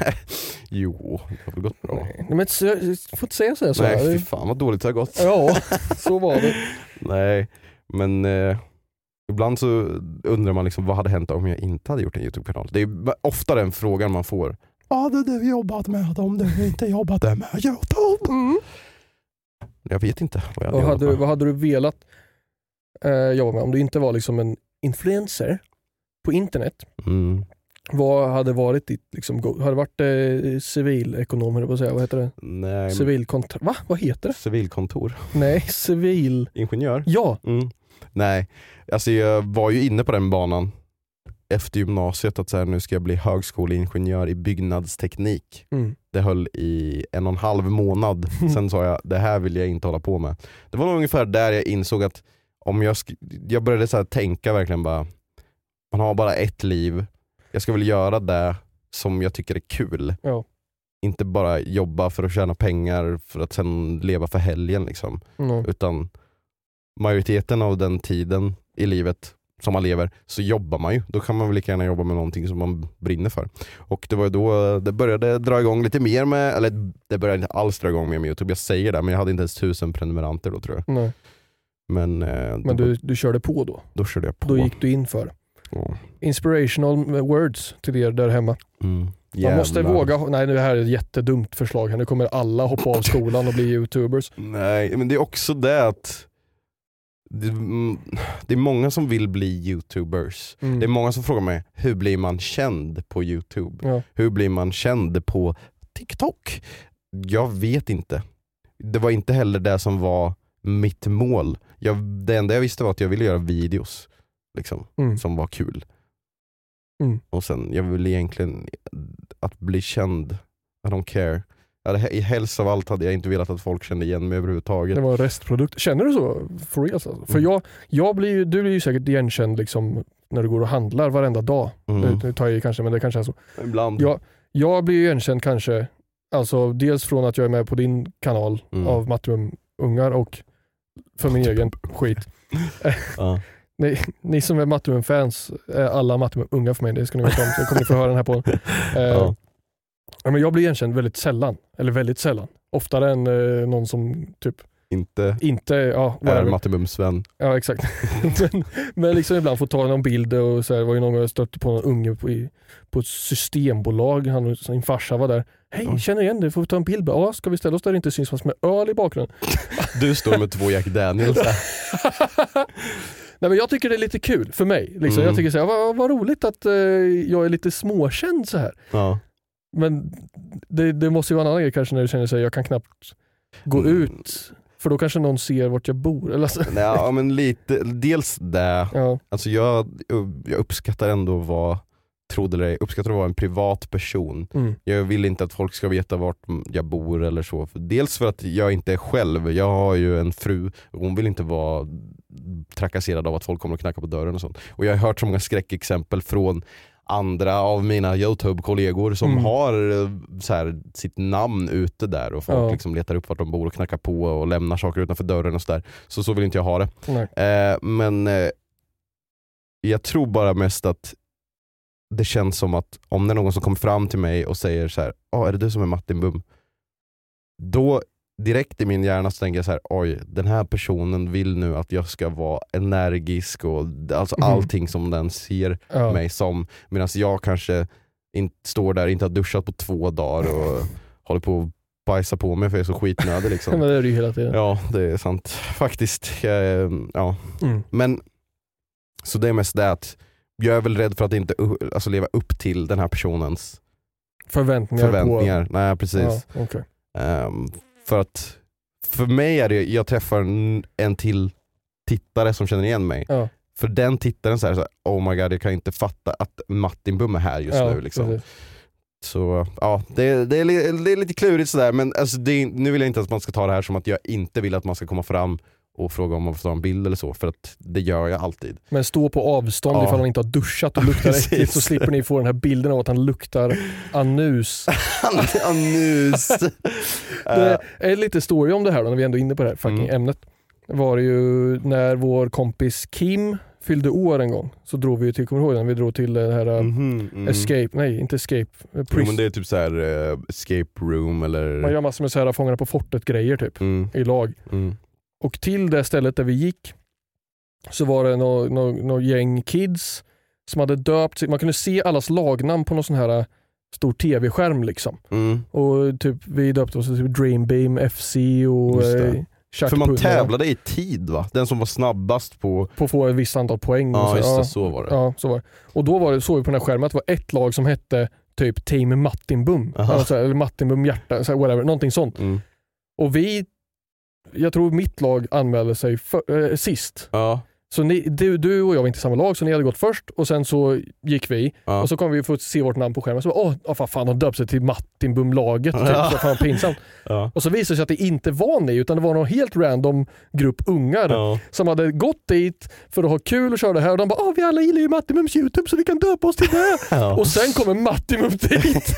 Jo, det har väl gått bra. Nej, men jag får inte säga så. Nej, fy fan vad dåligt det har gått. Ja, så var det. Nej, men ibland så undrar man liksom, vad hade hänt om jag inte hade gjort en YouTube-kanal? Det är ofta den frågan man får. Vad hade du jobbat med om du inte jobbade med YouTube? Jag vet inte vad jag hade vad hade du velat jobba med om du inte var liksom en influencer på internet? Vad hade varit ditt liksom, hade det varit civilekonom, eller vad säger, vad heter det? Nej. Civilkontor. Va? Vad heter det? Civilkontor. Nej, civil. Ingenjör? Ja. Nej, alltså jag var ju inne på den banan efter gymnasiet att så här, nu ska jag bli högskoleingenjör i byggnadsteknik. Det höll i 1,5 månad. Sen sa jag, det här vill jag inte hålla på med. Det var nog ungefär där jag insåg att om jag började så här tänka verkligen bara, man har bara ett liv. Jag ska väl göra det som jag tycker är kul. Ja. Inte bara jobba för att tjäna pengar för att sen leva för helgen liksom. Utan majoriteten av den tiden i livet som man lever så jobbar man ju. Då kan man väl lika gärna jobba med någonting som man brinner för. Och det var då det började dra igång lite mer med, eller det började inte alls dra igång med YouTube. Jag säger det, men jag hade inte ens 1000 prenumeranter då tror jag. Nej. Men du körde på då? Då körde jag på. Då gick du in för inspirational words till er där hemma. Man måste våga. Nej, det här är ett jättedumt förslag. Nu kommer alla hoppa av skolan och bli YouTubers. Nej, men det är också det att det är många som vill bli YouTubers. Det är många som frågar mig, hur blir man känd på YouTube? Ja. Hur blir man känd på TikTok? Jag vet inte. Det var inte heller det som var mitt mål. Det enda jag visste var att jag ville göra videos liksom, som var kul. Och sen, jag vill egentligen att bli känd. I don't care. I helst av allt hade jag inte velat att folk kände igen mig överhuvudtaget. Det var en restprodukt. Känner du så? For real, alltså? För du blir ju säkert igenkänd liksom, när du går och handlar varenda dag. Nu tar jag kanske, men det kanske är så. Ibland. Jag blir ju igenkänd kanske, alltså dels från att jag är med på din kanal av Mattumum-ungar och för min egen skit. Ni som är Mattumum-fans är alla Mattumum-ungar för mig. Det ska ni veta om, så kommer ni få höra den här på. Men jag blir igenkänd väldigt sällan. Eller väldigt sällan. Oftare än någon som typ inte är Matti Bums vän. Ja, exakt. men liksom ibland får ta någon bild och så här, var ju någon gång jag stötte på någon unge på ett systembolag. Sin farsa var där. Hej, känner igen dig, får vi ta en bild? Ja, ska vi ställa oss där det inte syns fast med öl i bakgrunden? Du står med 2 Jack Daniels där. Nej, men jag tycker det är lite kul för mig. Liksom. Jag tycker så här, vad roligt att jag är lite småkänd så här. Ja. Men det måste ju vara en annan grej kanske när du känner sig jag kan knappt gå ut. För då kanske någon ser vart jag bor. Eller så. Ja, men lite. Dels det. Ja. Alltså jag uppskattar ändå uppskattar att vara en privat person. Jag vill inte att folk ska veta vart jag bor eller så. Dels för att jag inte är själv. Jag har ju en fru och hon vill inte vara trakasserad av att folk kommer och knackar på dörren och sånt. Och jag har hört så många skräckexempel från andra av mina YouTube-kollegor som har så här, sitt namn ute där och folk liksom letar upp vart de bor och knackar på och lämnar saker utanför dörren och sådär. Så vill inte jag ha det. Men jag tror bara mest att det känns som att om det är någon som kommer fram till mig och säger så här, är det du som är Martin Bum? Då direkt i min hjärna så tänker jag så här, oj, den här personen vill nu att jag ska vara energisk och alltså allting som den ser mig som, medan jag kanske står där, inte har duschat på 2 dagar och håller på att bajsa på mig för jag är så skitnödig liksom. Men det är det ju hela tiden. Ja, det är sant. Faktiskt. Men så det är mest det att jag är väl rädd för att inte leva upp till den här personens förväntningar. Nej, precis. Ja, okay. För att för mig är det, jag träffar en till tittare som känner igen mig. Ja. För den tittaren så här, oh my god, jag kan inte fatta att Martin Bum är här just nu liksom. Precis. Så ja, det är lite klurigt sådär, men alltså nu vill jag inte att man ska ta det här som att jag inte vill att man ska komma fram och fråga om man får ta en bild eller så, för att det gör jag alltid. Men stå på avstånd ifall han inte har duschat och luktar äckligt, så slipper ni få den här bilden av att han luktar anus. Anus! Det är lite story om det här då, när vi ändå är inne på det här fucking ämnet. Var det ju när vår kompis Kim fyllde år en gång, så drog vi till, kommer du ihåg den? Vi drog till det här Escape, nej inte Escape, men det är typ så här Escape Room eller... Man gör massor med så här Fångarna på fortet grejer typ, i lag. Och till det stället där vi gick så var det något gäng kids som hade döpt sig. Man kunde se allas lagnamn på någon sån här stor tv-skärm liksom. Och typ vi döpte oss till Dreambeam, FC och för man tävlade i tid, va? Den som var snabbast på att få ett visst antal poäng. Ja, just det, så var det. Ja, så var det. Och då såg vi på den här skärmen att det var ett lag som hette typ Team Martin Bum. Alltså, eller Martin Bum hjärta, så whatever, någonting sånt. Och jag tror mitt lag anmälde sig sist. Ja. Så du och jag var inte i samma lag, så ni hade gått först och sen så gick vi och så kom vi få se vårt namn på skärmen, så fan, de döpte sig till Martin Bum-laget typ, så fan pinsamt. Och så visade det sig att det inte var ni, utan det var någon helt random grupp ungar som hade gått dit för att ha kul och köra det här, och de bara, vi alla gillar ju Martin Bums YouTube så vi kan döpa oss till det. Och sen kommer Martin Bum dit.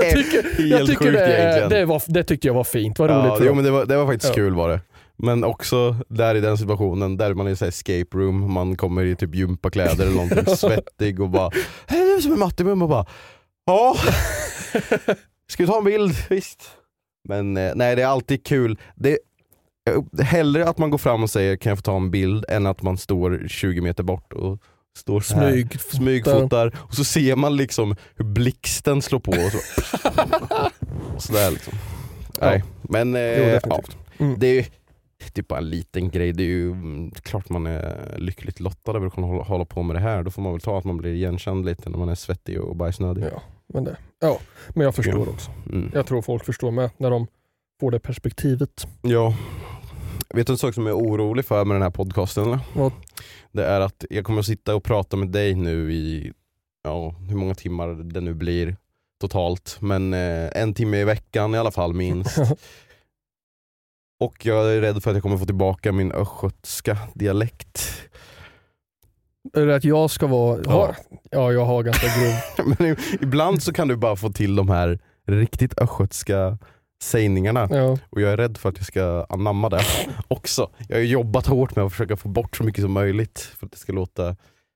Det tyckte jag var fint, vad roligt. Jo, men det var faktiskt kul var det. Men också där i den situationen där man är i så här escape room, man kommer i typ gympakläder eller någonting svettig och bara, hej, det är som är Martin Bum, och bara, ja, ska vi ta en bild? Visst. Men nej, det är alltid kul. Hellre att man går fram och säger, kan jag få ta en bild, än att man står 20 meter bort och står så här, smygfotar, och så ser man liksom hur blixten slår på och så. Och så där liksom. Nej, men det är ju typ bara en liten grej. Det är ju klart man är lyckligt lottad över att kunna hålla på med det här. Då får man väl ta att man blir igenkänd lite när man är svettig och bajsnödig. Men jag förstår också. Jag tror folk förstår med när de får det perspektivet. Ja. Vet du en sak som jag är orolig för med den här podcasten? Eller? Vad? Det är att jag kommer att sitta och prata med dig nu i hur många timmar det nu blir totalt. Men 1 timme i veckan i alla fall minst. Och jag är rädd för att jag kommer få tillbaka min östgötska dialekt. Är det att jag ska vara... jag har ganska grov. Men ibland så kan du bara få till de här riktigt östgötska sägningarna. Ja. Och jag är rädd för att jag ska anamma det också. Jag har jobbat hårt med att försöka få bort så mycket som möjligt för att det ska låta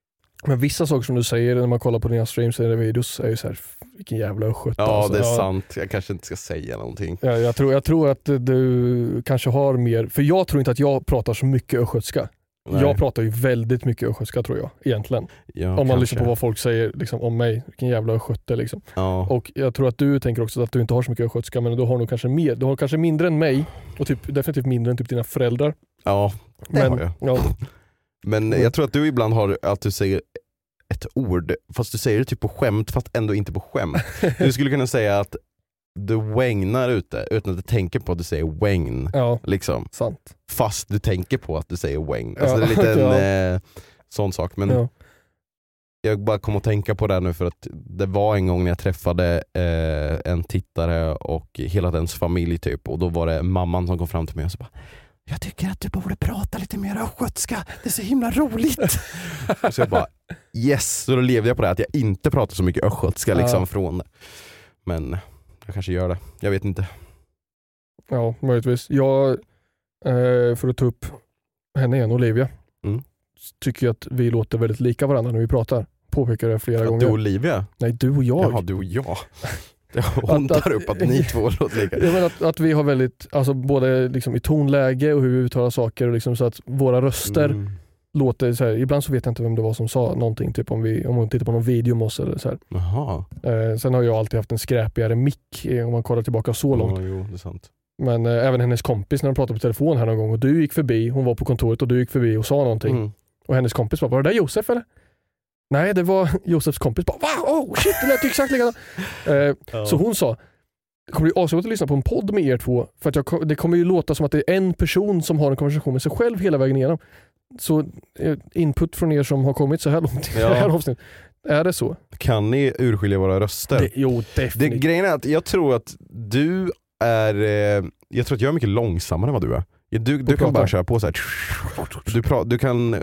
Men vissa saker som du säger när man kollar på dina streams eller videos är ju så här, vilken jävla östgöte. Ja, alltså. det är sant. Jag kanske inte ska säga någonting. Ja, jag tror att du kanske har mer, för jag tror inte att jag pratar så mycket östgötska. Nej. Jag pratar ju väldigt mycket östgötska tror jag, egentligen. Ja, om man kanske. lyssnar på vad folk säger liksom, om mig, vilken jävla östgöte liksom. Ja. Och jag tror att du tänker också att du inte har så mycket östgötska, men du har nog kanske mer. Du har kanske mindre än mig och typ, definitivt mindre än typ dina föräldrar. Ja, det Men, har jag. ja, Men jag tror att du ibland har att du säger ett ord, fast du säger det typ på skämt, fast ändå inte på skämt. Du skulle kunna säga att du wängnar ute utan att du tänker på att du säger wängn. ja, Liksom. sant. Fast du tänker på att du säger wängn. Ja, Alltså det är lite en ja. sån sak. Men Ja. jag bara kom att tänka på det här nu för att det var en gång när jag träffade en tittare och hela dens familj typ, och då var det mamman som kom fram till mig och så bara: jag tycker att du borde prata lite mer östgötska, det är så himla roligt. Så jag bara yes, så då levde jag på det att jag inte pratar så mycket östgötska liksom från det. Men jag kanske gör det, jag vet inte. Ja, möjligtvis. Jag, för att ta upp henne igen, Olivia, tycker jag att vi låter väldigt lika varandra när vi pratar. Påpekar det flera gånger. Du och Olivia? Nej, du och jag. Jaha, du och jag. Hon tar upp att ni två låter lika. Jag menar att vi har väldigt, alltså både liksom i tonläge och hur vi uttalar saker och liksom så att våra röster låter så här. Ibland så vet jag inte vem det var som sa någonting, typ om man tittar på någon video om oss eller så här. Jaha. Sen har jag alltid haft en skräpigare mick om man kollar tillbaka så långt. Jo, det är sant. Men även hennes kompis när de pratade på telefon här någon gång och du gick förbi, hon var på kontoret och du gick förbi och sa någonting. Och hennes kompis bara: var det där Josef eller? Nej, det var Josefs kompis. Bara, va? Oh shit, det lät exakt likadant. Så hon sa: det kommer ju avsluta att lyssna på en podd med er två, för att det kommer ju låta som att det är en person som har en konversation med sig själv hela vägen igenom. Så input från er som har kommit så här långt i det här avsnittet. Är det så? Kan ni urskilja våra röster? Jo, definitivt. Grejen är att jag tror att du är jag tror att jag är mycket långsammare än vad du är. Du kan bara köra på så här. Du kan.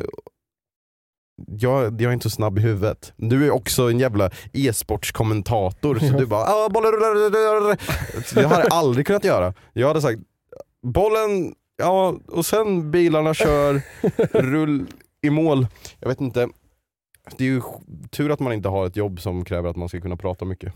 Jag är inte så snabb i huvudet. Du är också en jävla e-sportskommentator, så du bara bollen rullar. Jag hade aldrig kunnat göra. Jag hade sagt bollen, ja, och sen bilarna kör rull i mål. Jag vet inte. Det är ju tur att man inte har ett jobb som kräver att man ska kunna prata mycket.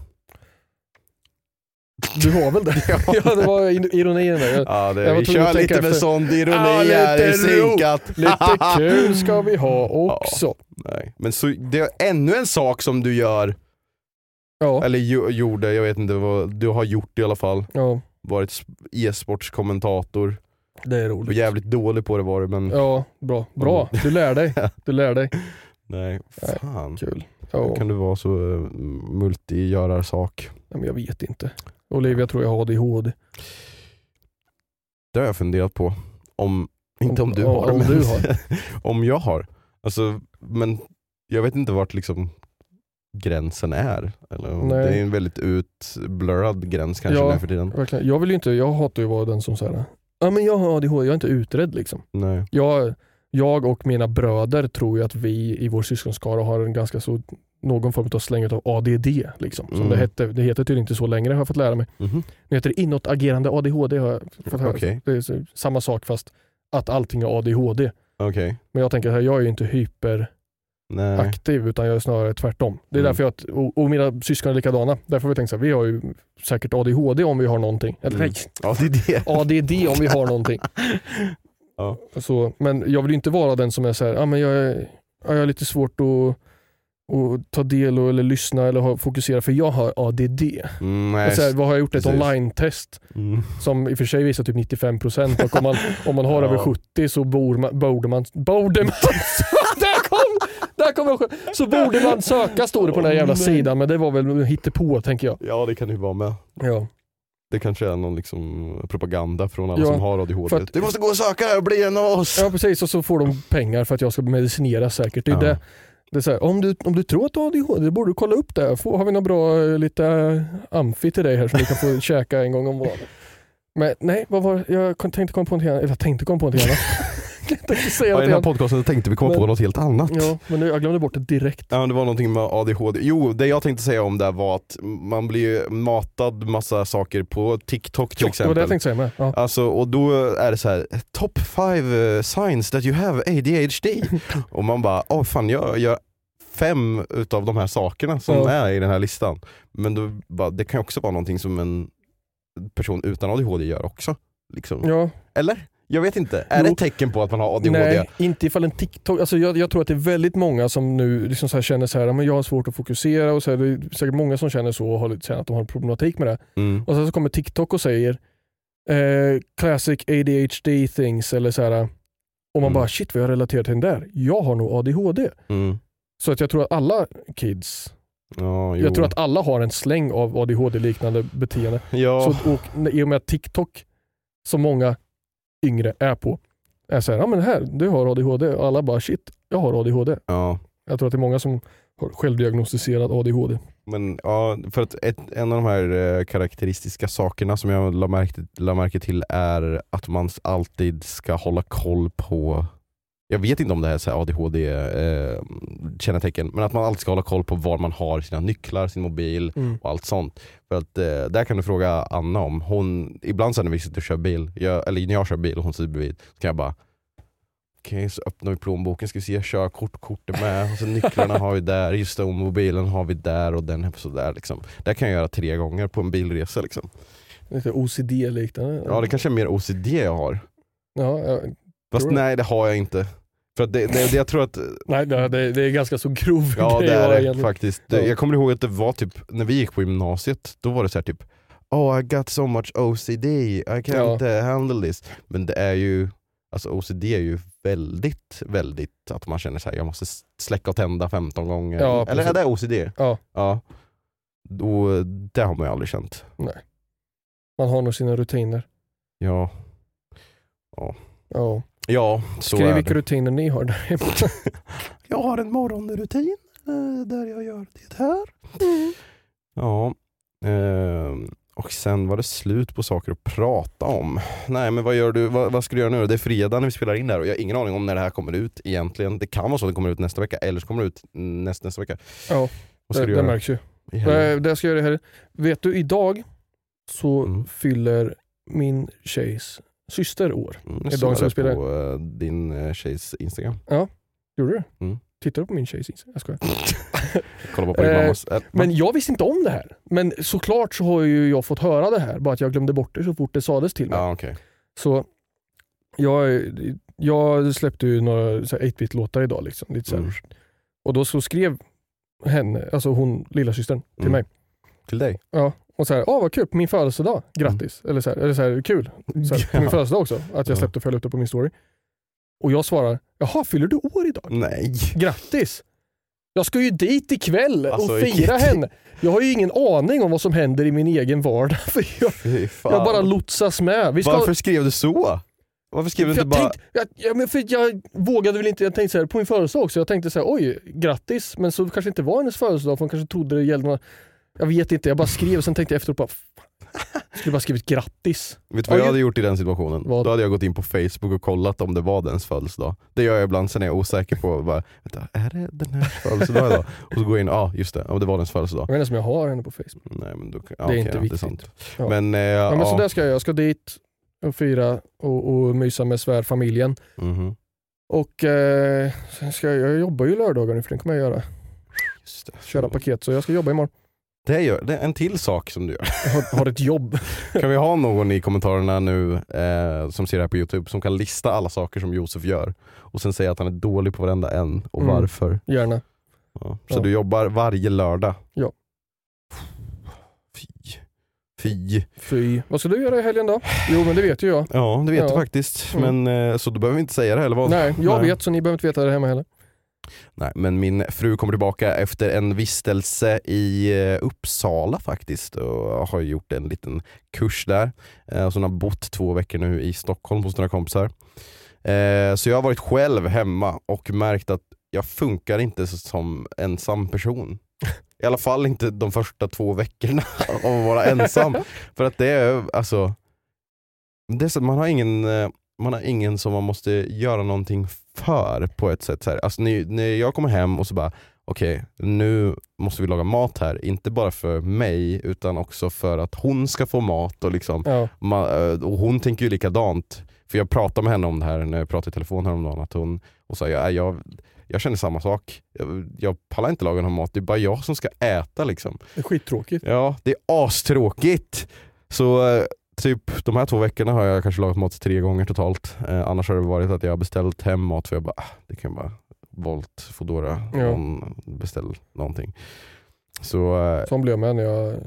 Du har väl det? Ja, det var ironin där. Ja, vi kör lite med sån ironi här i synkat. Lite kul ska vi ha också. Ja, nej. Men så, det är ännu en sak som du gör. Ja. Eller gjorde, jag vet inte vad du har gjort i alla fall. Ja. Varit e-sportskommentator. Det är roligt. Du var jävligt dålig på det var det, men... Ja, bra. Du lär dig. Nej, fan. Kul. Hur kan du vara så multigörarsak? Ja, men jag vet inte. Olivia tror jag har ADHD. Det har jag funderat på. Inte om du har. Om men du har. om jag har. Alltså, men jag vet inte vart liksom gränsen är. Eller, det är en väldigt utblurrad gräns kanske nu för tiden. Verkligen. Jag vill ju inte, jag hatar ju att vara den som säger ja, men jag har ADHD, jag är inte utredd liksom. Nej. Jag och mina bröder tror ju att vi i vår syskonskara har en ganska så någon form av släng av ADD liksom. Som det heter tydligen inte så längre, har jag fått lära mig. Nu heter det inåtagerande ADHD, har jag fått höra. Okay. Det är samma sak fast att allting är ADHD. Okay. Men jag tänker att jag är ju inte hyperaktiv utan jag är snarare tvärtom. Det är därför och mina syskon är likadana. Därför har vi tänkt så här, vi har ju säkert ADHD om vi har någonting. Eller ADD om vi har någonting. Ja. Så, men jag vill ju inte vara den som är så här, men jag är lite svårt att ta del eller lyssna eller fokusera för jag har ADD. Så här, vad har jag gjort? Ett online-test som i och för sig visar typ 95% och om man har över 70 så borde man så borde man söka, står det på den här jävla sidan, men det var väl hittepå tänker jag. Ja, det kan ju vara med. Ja. Det kanske är någon liksom propaganda från alla som har ADHD. Att, du måste gå och söka och bli en av oss. Ja, precis. Och så får de pengar för att jag ska medicinera säkert. Det är det är så här, om du tror att du har ADHD, borde du kolla upp det. Har vi något bra lite amfi till dig här som du kan få käka en gång om dagen. Men nej, vad var jag tänkte komma på något annat. I den här podcasten tänkte vi komma på något helt annat. Ja, men jag glömde bort det direkt. Ja, det var någonting med ADHD. Jo, det jag tänkte säga om det var att man blir matad massa saker på TikTok till exempel. Det var det jag tänkte säga med. Ja. Alltså, och då är det så här: top 5 signs that you have ADHD. Och man bara, fan, jag gör 5 utav de här sakerna som är i den här listan. Men då, det kan ju också vara någonting som en person utan ADHD gör också. Liksom. Ja. Eller? Jag vet inte. Är det ett tecken på att man har ADHD? Nej, inte ifall en TikTok. Alltså jag tror att det är väldigt många som nu liksom så här känner så här, men jag har svårt att fokusera och så här, det är säkert många som känner så och har lite, att de har en problematik med det. Och sen så kommer TikTok och säger classic ADHD things eller så här, och man bara shit vad jag relaterar till den där. Jag har nog ADHD. Så att jag tror att alla kids, jag tror att alla har en släng av ADHD-liknande beteende. Ja. Så, och i och med att TikTok som många yngre är på är så här, ja men här, du har ADHD och alla bara shit, jag har ADHD. Ja. Jag tror att det är många som har självdiagnostiserat ADHD. Men ja, för att en av de här karaktäristiska sakerna som jag la märke till är att man alltid ska hålla koll på, jag vet inte om det här är så här ADHD-kännetecken, men att man alltid ska hålla koll på var man har sina nycklar, sin mobil och allt sånt. För att där kan du fråga Anna om. Hon, ibland så när vi sitter och kör bil, eller när jag kör bil och hon sitter bredvid, så kan jag bara okej, så öppnar vi plånboken, ska vi se körkortet med, och så nycklarna har vi där, just det, och mobilen har vi där och den här så där liksom. Det kan jag göra 3 gånger på en bilresa liksom. Lite OCD-liknande. Ja, det kanske är mer OCD jag har. Ja, fast nej, det har jag inte. För att det jag tror att... Nej, det är ganska så grov ja, grej. Ja, det är det faktiskt. Jag kommer ihåg att det var typ, när vi gick på gymnasiet, då var det så här typ oh, I got so much OCD, I can't handle this. Men det är ju, alltså OCD är ju väldigt att man känner så här, jag måste släcka och tända 15 gånger. Ja, eller är det OCD? Ja. Och det har man ju aldrig känt. Nej. Man har nog sina rutiner. Ja, så skriv är vilka det. rutiner ni har där hemma. Jag har en morgonrutin där jag gör det här. Ja. Och sen var det slut på saker att prata om. Nej, men vad gör du? Vad ska du göra nu? Det är fredag när vi spelar in där och jag har ingen aning om när det här kommer ut egentligen. Det kan vara så att det kommer ut nästa vecka eller så kommer det ut nästa vecka. Ja, det märks ju. Det ska jag göra här. Vet du, idag så fyller min tjejs syster år. Idag som spelar på din tjejs Instagram. Ja, gjorde du? Tittar du på min tjejs Instagram? Jag skojar. Kolla på din mammas. Men jag visste inte om det här. Men såklart så har ju jag fått höra det här. Bara att jag glömde bort det så fort det sades till mig. Ja, okay. Så jag släppte ju några 8-bit-låtar idag. Liksom, lite så här. Och då så skrev henne, alltså hon, lillasystern, till mig. Till dig? Ja. Och så här, vad kul, på min födelsedag, grattis. Eller så här, kul. Så här, på min födelsedag också, att jag släppte och följde upp det på min story. Och jag svarar, jaha, fyller du år idag? Nej. Grattis. Jag ska ju dit ikväll och fira henne. Jag har ju ingen aning om vad som händer i min egen vardag. För jag bara lotsas med. Varför skrev du så? Varför skrev du inte bara... Jag vågade väl inte, jag tänkte så här, på min födelsedag också. Jag tänkte så här, oj, grattis. Men så kanske inte var hennes födelsedag, för hon kanske trodde det gällde något. Jag vet inte, jag bara skrev och sen tänkte jag efteråt bara, jag skulle bara skrivit grattis. Vet du vad jag hade gjort i den situationen? Vad? Då hade jag gått in på Facebook och kollat om det var dens födelsedag. Det gör jag ibland, sen är jag osäker på bara, vänta, är det den här födelsedag idag? Och så går jag in, just det, det var dens födelsedag. Jag vet inte som jag har henne på Facebook. Nej, men då, det är inte viktigt. Sant. Ja. Men så där ska jag ska dit och fira och mysa med svärfamiljen. Och sen ska jag jobba ju lördagar nu, för den kommer jag göra. Just det. Köra paket, så jag ska jobba imorgon. Det är en till sak som du gör. Jag har ett jobb. Kan vi ha någon i kommentarerna nu som ser det här på YouTube som kan lista alla saker som Josef gör och sen säga att han är dålig på varenda en och varför? Gärna. Ja. Så du jobbar varje lördag? Ja. Fy. Vad ska du göra i helgen då? Jo, men det vet ju jag. Ja, det vet du faktiskt. Men så du behöver inte säga det eller vad? Nej, jag vet, så ni behöver inte veta det hemma heller. Nej, men min fru kommer tillbaka efter en vistelse i Uppsala faktiskt och har gjort en liten kurs där. Så hon har bott 2 veckor nu i Stockholm hos några kompisar. Så jag har varit själv hemma och märkt att jag funkar inte som ensam person. I alla fall inte de första 2 veckorna av att vara ensam. För att det är alltså man har ingen som man måste göra någonting för på ett sätt så här. Alltså när jag kommer hem och så bara okej, nu måste vi laga mat här, inte bara för mig utan också för att hon ska få mat och liksom och hon tänker ju likadant. För jag pratade med henne om det här när jag pratade i telefon häromdagen, att hon sa jag känner samma sak. Jag pallar inte laga någon mat, det är bara jag som ska äta liksom. Det är skittråkigt. Ja, det är astråkigt. Så typ de här 2 veckorna har jag kanske lagat mat 3 gånger totalt. Annars har det varit att jag har beställt hem mat, för jag bara, det kan bara Volt, Foodora, någon beställ någonting. Så blir jag med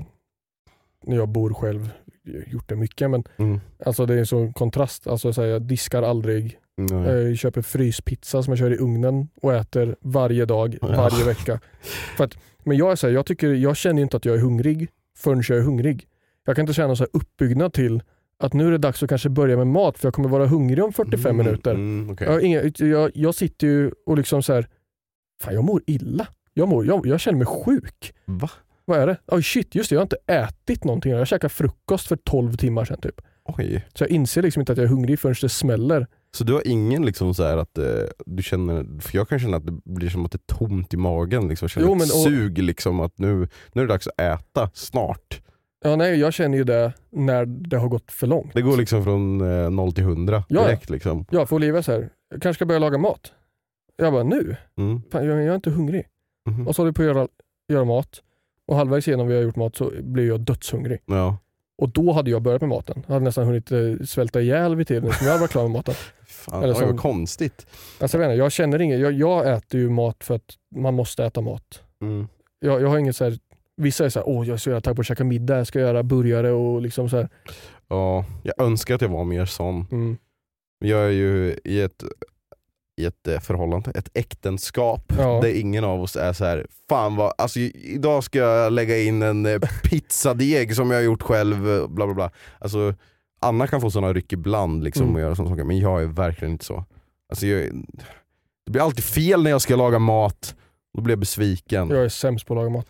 när jag bor själv. Jag har gjort det mycket, men alltså det är en sån kontrast. Alltså så här, jag diskar aldrig. Jag köper fryspizza som jag kör i ugnen och äter varje dag, varje vecka. Men jag är så här, jag känner inte att jag är hungrig förrän jag är hungrig. Jag kan inte känna så här uppbyggnad till att nu är det dags att kanske börja med mat, för jag kommer vara hungrig om 45 minuter. Okay. Jag sitter ju och liksom så här, fan, jag mår illa. Jag känner mig sjuk. Va? Vad är det? Shit, just det, jag har inte ätit någonting. Jag käkade frukost för 12 timmar sedan typ. Oj. Så jag inser liksom inte att jag är hungrig förrän det smäller. Så du har ingen liksom så här att du känner, för jag kan känna att det blir som att det är tomt i magen liksom, känner ett sug liksom, att nu är det dags att äta snart. Ja, nej, jag känner ju det när det har gått för långt. Det går liksom från 0 till 100 direkt liksom. Ja, för Olivia så här, jag kanske ska börja laga mat. Jag bara, nu? Fan, jag är inte hungrig. Och så håller vi på att göra mat. Och halvvägs igenom vi har gjort mat så blir jag dödshungrig. Ja. Och då hade jag börjat med maten. Jag hade nästan hunnit svälta ihjäl vid tiden som jag var klar med maten. Fan, det var konstigt. Alltså, jag känner inget. Jag äter ju mat för att man måste äta mat. Jag har inget så här. Vissa är så här, jag ska göra tag på att käka middag, jag ska göra burgare och liksom så här. Ja, jag önskar att jag var mer sån. Jag är ju i ett förhållande, ett äktenskap där ingen av oss är så här, fan vad, alltså idag ska jag lägga in en pizzadeg som jag har gjort själv, bla bla bla. Alltså Anna kan få såna ryck ibland liksom och göra såna saker, men jag är verkligen inte så. Alltså det blir alltid fel när jag ska laga mat, då blir jag besviken. Jag är sämst på att laga mat.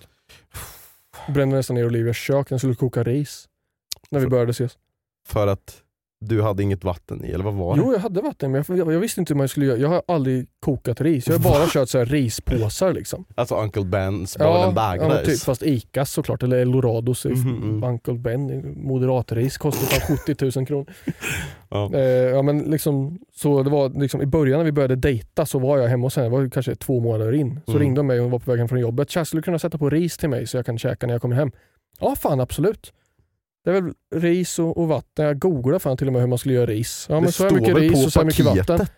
Jag brände nästan ner Olivias kök, den skulle koka ris när vi började ses. För att du hade inget vatten i, eller vad var det? Jo, jag hade vatten, men jag visste inte hur man skulle göra. Jag har aldlig kokat ris. Jag har bara kört så här rispåsar liksom. Alltså Uncle Ben's Barn and Bag Rice. Typ, fast Icas såklart, eller Eldorados. Uncle Ben, moderatris, kostar fan 70 000 kronor. Men liksom, så det var liksom, i början när vi började dejta så var jag hemma hos henne, det var kanske 2 månader in. Så ringde de mig och hon var på vägen från jobbet. Tja, skulle du kunna sätta på ris till mig så jag kan käka när jag kommer hem? Ja, fan absolut. Det är väl ris och vatten. Jag googlade fan till och med hur man skulle göra ris. Ja, men så här mycket ris och så här mycket vatten.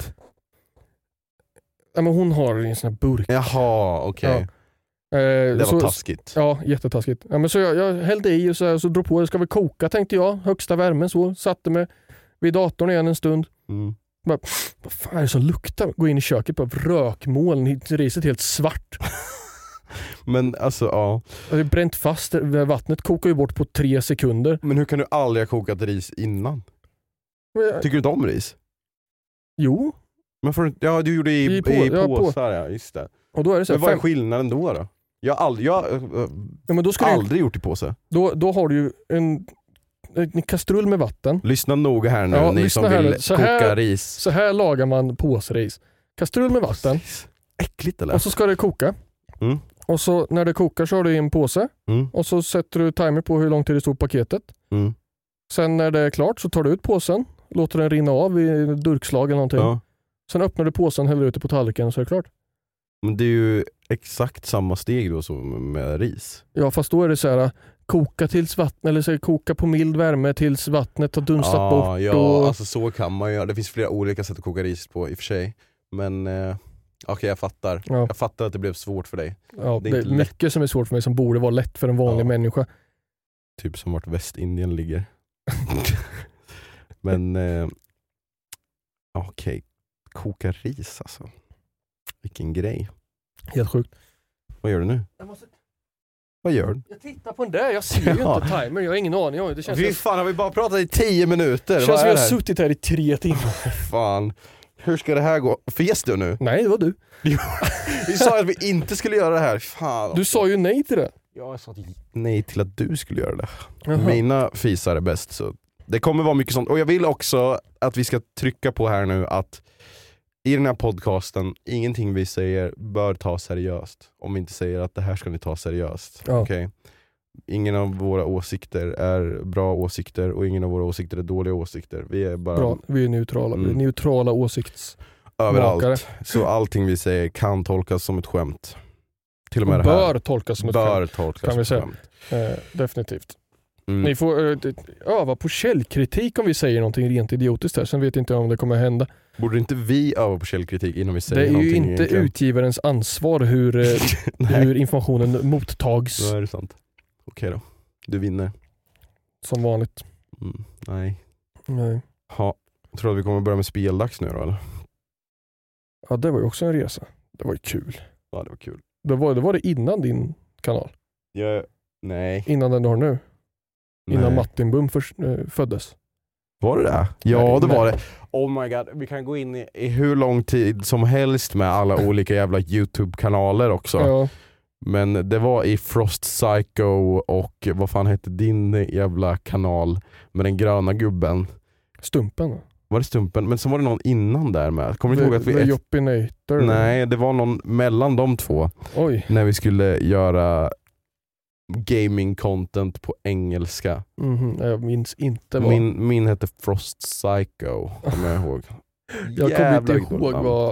Ja, men hon har en sån här burk. Jaha, okej. Ja. Det var taskigt. Ja, jättetaskigt. Ja, men så jag hällde i och så drog på. Det ska väl koka, tänkte jag. Högsta värmen så. Satte mig vid datorn igen en stund. Bara, vad fan är det som luktar? Gå in i köket på rökmoln. Riset helt svart. Men alltså, ja. Det är bränt fast. Vattnet kokar ju bort på 3 sekunder. Men hur kan du aldrig ha kokat ris innan? Tycker du inte om ris? Jo. Men du gjorde i påsar, ja, just det. Och då är det så här, men vad är skillnaden då? Jag har aldrig gjort i påse. Då har du ju en kastrull med vatten. Lyssna noga här nu, ni som vill koka ris. Så här lagar man påsris. Kastrull med vatten. Äckligt eller? Och så ska det koka. Och så när det kokar så har du i en påse. Och så sätter du timer på hur lång tid det står på paketet. Sen när det är klart så tar du ut påsen. Låter den rinna av i durkslag eller någonting. Ja. Sen öppnar du påsen, häller ut det på tallriken och så är det klart. Men det är ju exakt samma steg då som med ris. Ja, fast då är det så här, koka tills vattnet, eller så koka på mild värme tills vattnet har dunstat bort. Ja, alltså så kan man göra. Det finns flera olika sätt att koka ris på i och för sig. Men okej, jag fattar. Ja. Jag fattar att det blev svårt för dig. Ja, det är mycket som är svårt för mig som borde vara lätt för en vanlig människa. Typ som vart Västindien ligger. Men okej. Koka ris alltså. Vilken grej. Helt sjukt. Vad gör du nu? Vad gör du? Jag tittar på den där, jag ser ju inte timer, jag har ingen aning. Det känns fan, har vi bara pratat i 10 minuter? Det känns som vi har suttit här i 3 timmar. Fan, hur ska det här gå? Fes du nu? Nej, det var du. Vi sa att vi inte skulle göra det här. Fan. Du sa ju nej till det. Jag sa nej till att du skulle göra det. Jaha. Mina fisar är bäst, så det kommer vara mycket sånt. Och jag vill också att vi ska trycka på här nu att i den här podcasten, ingenting vi säger bör ta seriöst. Om vi inte säger att det här ska ni ta seriöst. Ja. Okay? ingen av våra åsikter är bra åsikter och ingen av våra åsikter är dåliga åsikter. Vi är bara bra, vi är neutrala. Vi är neutrala överallt. makare. Så allting vi säger kan tolkas som ett skämt. Till och med Och det här bör tolkas som ett bör skämt, tolkas kan som vi ett säga. skämt. Definitivt. Mm. Ni får öva på källkritik om vi säger någonting rent idiotiskt här. Sen vet inte jag om det kommer hända. Borde inte vi öva på källkritik innan vi säger Det är någonting? ju inte egentligen? utgivarens ansvar hur informationen mottags. Då är det sant. Okej då. Du vinner. Som vanligt. Nej. Nej. Ha. Jag tror att vi kommer börja med speldags nu då, eller? Ja, det var ju också en resa. Det var ju kul. Ja, det var kul. Det var det innan din kanal. Nej. Innan den du har nu. Innan Nej. Martin Bum föddes. Var det det? Ja, Nej, det var nej. det. Oh my god, vi kan gå in i hur lång tid som helst med alla olika jävla YouTube-kanaler också. Ja. Men det var i Frost Psycho och vad fan hette din jävla kanal med den gröna gubben? Stumpen. Var det Stumpen? Men så var det någon innan där med. Kommer du ihåg att vi... Joppinator. Nej, det var någon mellan de två. Oj. När vi skulle göra gaming content på engelska. Jag minns inte vad. Min hette Frost Psycho, kommer jag ihåg. Jag kommer inte Jävla ihåg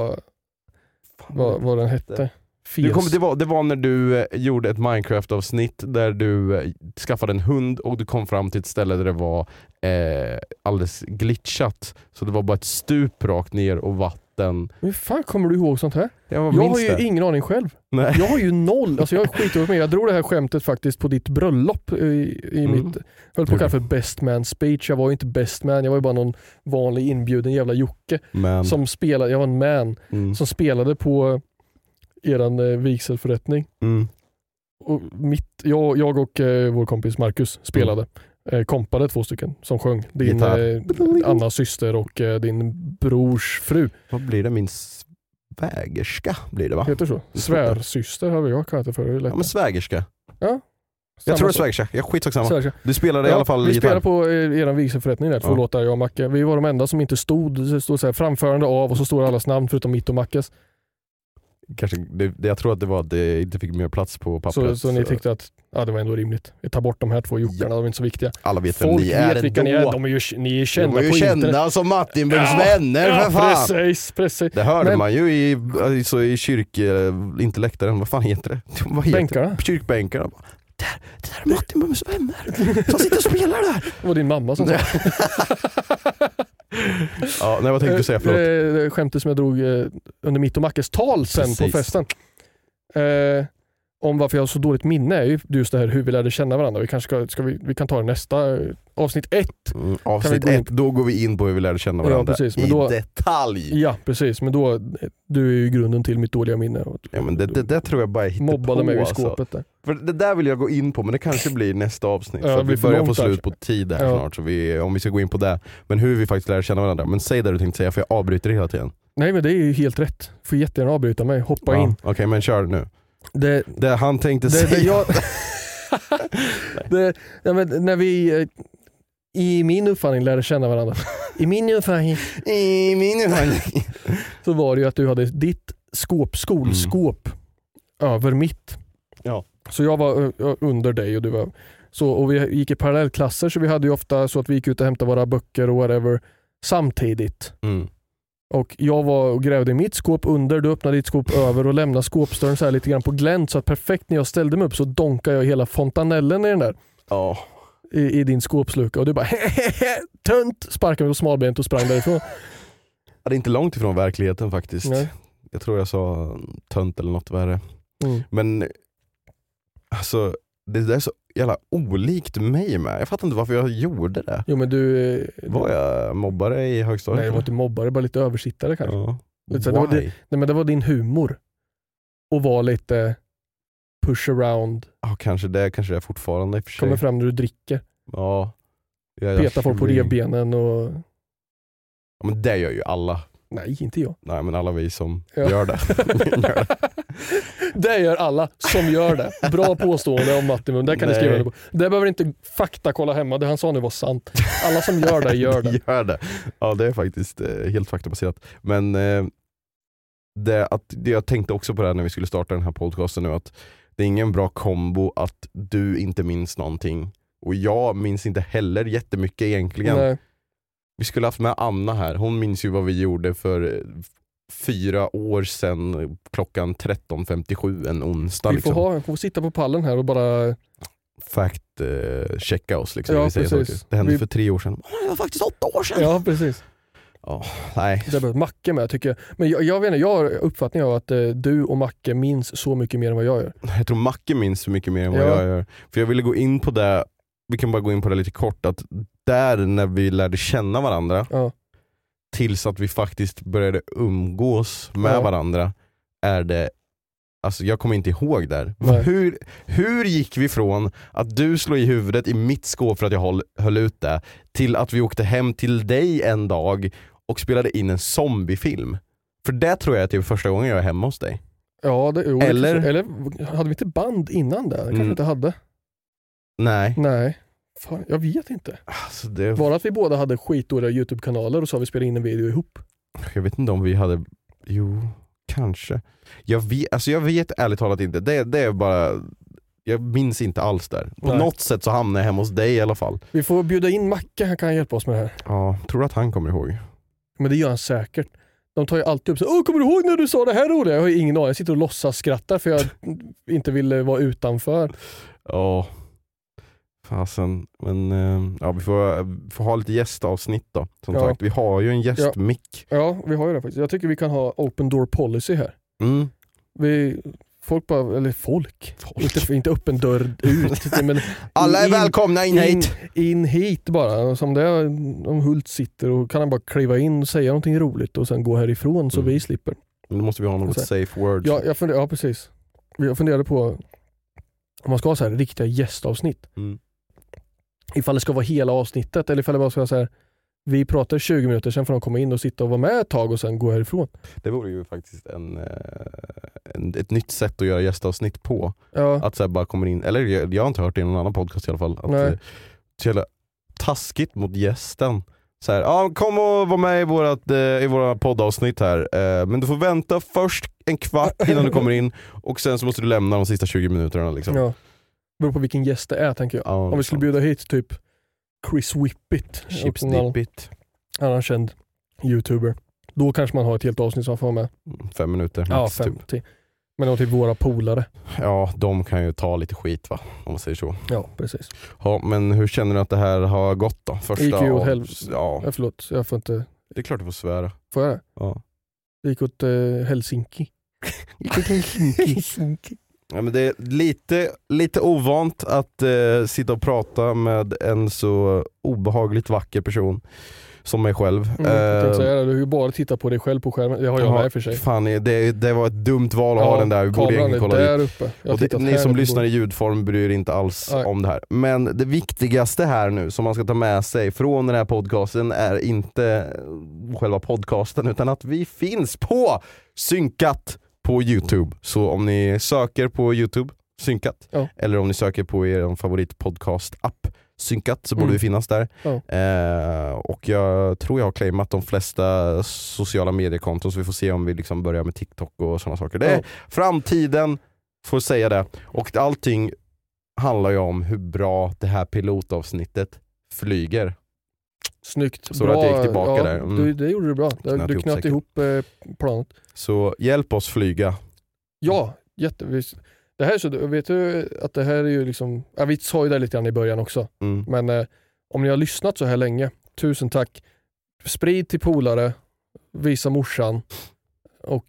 vad den hette. Det var när du gjorde ett Minecraft-avsnitt där du skaffade en hund och du kom fram till ett ställe där det var alldeles glitchat. Så det var bara ett stup rakt ner och vatten. Hur fan kommer du ihåg sånt här? Jag har ju ingen aning själv. Nej. Jag har ju noll. Alltså jag skiter med. Jag drog det här skämtet faktiskt på ditt bröllop i mitt... Jag höll på att kalla för best man speech. Jag var ju inte best man. Jag var ju bara någon vanlig inbjuden jävla Jocke. Som spelade... Jag var en man som spelade på eran vigselförrättning. Och jag och vår kompis Marcus spelade. Kompade 2 stycken som sjöng. Din Annas syster och din brors fru. Vad blir det? Min svägerska blir det, va? Heter så? Svärsyster har jag kallat det för. Ja, men svägerska. Ja. Jag tror det är svägerska. Jag skiter samma. Du spelade i alla fall vi gitarr. spelade på eran vigselförrättning där. 2 låtar, jag och Macke. Vi var de enda som inte stod. Det stod så här, framförande av och så står allas namn förutom mitt och Mackes. Kanske, jag tror att det var att det inte fick mer plats på pappret. Så ni tyckte att det var ändå rimligt. Vi tar bort de här 2 jockarna, de är inte så viktiga. Alla vet Folk vem ni är. Vet vilka ni är. Ni är ju kända på internet. De är ju kända som Martin Bums vänner, för fan. Precis. Det hörde man ju i inte läktaren, vad fan heter det? Vad heter Bänkarna. Kyrkbänkarna. Det där är Martin Bums vänner som sitter och spelar där. Det var din mamma som sa. Ja, nej, vad tänkte du säga? Förlåt. Skämtet som jag drog under mitt och Mackes tal sen på festen. Om varför jag har så dåligt minne är ju just det här hur vi lärde känna varandra. Vi kanske vi kan ta det nästa avsnitt 1. Avsnitt 1, då går vi in på hur vi lärde känna varandra i detalj. Ja, precis. Men då, du är ju grunden till mitt dåliga minne. Ja, men det tror jag bara är mobbade mig vid alltså. skåpet där. För det där vill jag gå in på, men det kanske blir nästa avsnitt. Ja, för vi börjar få slut kanske. på tid här snart, så om vi ska gå in på det. Men hur vi faktiskt lär känna varandra. Men säg det du tänkte säga, för jag avbryter det hela tiden. Nej, men det är ju helt rätt. Får jättegärna avbryta mig, hoppa in. Okej, men kör nu. Det han tänkte säga. När vi i min uppfattning lärde känna varandra. I min uppfattning. Så var det ju att du hade ditt skolskåp över mitt. Ja. Så jag var under dig och du var så, och vi gick i parallellklasser, så vi hade ju ofta så att vi gick ut och hämtade våra böcker och whatever samtidigt. Och jag var och grävde i mitt skåp under, du öppnade ditt skåp över och lämnade skåpsdörren så här lite grann på glänt, så att perfekt när jag ställde mig upp så donkade jag hela fontanellen i den där. Ja. I din skåpslucka och du bara hehehe, tönt, sparkade mig på smalbent och sprang därifrån. Det är inte långt ifrån verkligheten faktiskt. Nej. Jag tror jag sa tönt eller något värre. Men alltså, det där är så jävla olikt mig med. Jag fattar inte varför jag gjorde det. Jo, men var jag mobbare i högstadiet? Nej, jag var inte mobbare, bara lite översittare kanske. Ja. Det var din humor. Och var lite push around. Ja, kanske det är fortfarande i och för sig. Kommer fram när du dricker. Ja. Petar folk på revbenen och... Ja, men det gör ju alla. Nej, inte jag. Nej, men alla vi som gör det. Det gör alla som gör det. Bra påstående om Martin. Det kan ni skriva på. Det behöver inte fakta kolla hemma. Det han sa nu var sant. Alla som gör det, gör det. Gör det. Ja, det är faktiskt helt faktabaserat. Men jag tänkte också på det här när vi skulle starta den här podcasten nu, att Det är ingen bra kombo att du inte minns någonting. Och jag minns inte heller jättemycket egentligen. Nej. Vi skulle haft med Anna här. Hon minns ju vad vi gjorde för 4 år sedan klockan 13.57 en onsdag. Vi får sitta på pallen här och bara checka oss liksom. Ja, vi säger precis. Det hände för 3 år sedan. Det var faktiskt 8 år sedan. Ja, precis. Nej. Det är Macke med tycker jag. Men jag vet inte, jag har uppfattning av att du och Macke minns så mycket mer än vad jag gör. Jag tror Macke minns så mycket mer än vad jag gör. För jag ville gå in på det, vi kan bara gå in på det lite kort, att där när vi lärde känna varandra tills att vi faktiskt började umgås med varandra är det, alltså jag kommer inte ihåg där. Hur gick vi från att du slog i huvudet i mitt skåp för att jag höll ut det till att vi åkte hem till dig en dag och spelade in en zombiefilm? För det tror jag är typ första gången jag är hemma hos dig. Ja, eller hade vi inte band innan där? Kanske inte hade. Nej. Fan, jag vet inte. Alltså var det att vi båda hade skitdåliga YouTube-kanaler och så har vi spelat in en video ihop? Jag vet inte om vi hade... Jo, kanske. Jag vet ärligt talat inte. Det är bara... Jag minns inte alls där. På något sätt så hamnar jag hemma hos dig i alla fall. Vi får bjuda in Macke, han kan hjälpa oss med det här. Ja, tror du att han kommer ihåg? Men det gör han säkert. De tar ju alltid upp så, kommer du ihåg när du sa det här roliga? Jag har ju ingen aning, jag sitter och låtsas skrattar för jag inte ville vara utanför. Ja, fasen. Men vi får ha lite gästavsnitt då. Som sagt, vi har ju en gästmick. Ja, vi har ju det faktiskt. Jag tycker vi kan ha open door policy här. Folk. Inte öppen dörr ut. Men alla är välkomna in hit. In hit bara. Som det är, om Hult sitter och kan han bara kliva in och säga någonting roligt och sen gå härifrån så vi slipper. Då måste vi ha något safe word. Ja, precis. Jag funderade på om man ska ha så här riktiga gästavsnitt. Ifall det ska vara hela avsnittet eller ifall det bara ska vara så här, vi pratar 20 minuter, sen får de komma in och sitta och vara med ett tag och sen gå härifrån. Det vore ju faktiskt ett nytt sätt att göra gästavsnitt på. Att så här bara kommer in, eller jag har inte hört det i någon annan podcast i alla fall. Att det är så jävla taskigt mot gästen. Så här, kom och var med i våra poddavsnitt här. Men du får vänta först en kvart innan du kommer in och sen så måste du lämna de sista 20 minuterna liksom. Ja. Beror på vilken gäst det är, tänker jag. Om vi skulle bjuda hit typ Chris Whippet, Chips Dippit, annan känd YouTuber, då kanske man har ett helt avsnitt som får med 5 minuter. Ja, 5-10. Men då typ våra polare. Ja, de kan ju ta lite skit va, om man säger så. Ja, precis. Ja, men hur känner du att det här har gått då? Det gick ju åt helvete. Förlåt, jag får inte... Det är klart du får svära. Får jag det? Ja. Det gick åt Helsinki. Ja, men det är lite ovant att sitta och prata med en så obehagligt vacker person som mig själv. Jag tänkte säga det, du har ju bara tittat på dig själv på skärmen. Det har jag med för sig. Fan, det var ett dumt val att ha den där. Vi borde egentligen kolla där uppe. Och ni som lyssnar i ljudform bryr inte alls om det här. Men det viktigaste här nu som man ska ta med sig från den här podcasten är inte själva podcasten utan att vi finns på Synkat på YouTube. Så om ni söker på YouTube Synkat eller om ni söker på er favoritpodcast-app Synkat så borde vi finnas där. Och jag tror jag har claimat de flesta sociala mediekonton så vi får se om vi liksom börjar med TikTok och sådana saker. Det är framtiden, får säga det. Och allting handlar ju om hur bra det här pilotavsnittet flyger. Snyggt. Så bra. Att jag gick tillbaka där. Det gjorde du bra. Du knöt ihop planet. Så hjälp oss flyga. Ja, jättevis. Det här så vet du att det här är ju liksom, vi sa ju det lite grann i början också. Men om ni har lyssnat så här länge, tusen tack. Sprid till polare, visa morsan och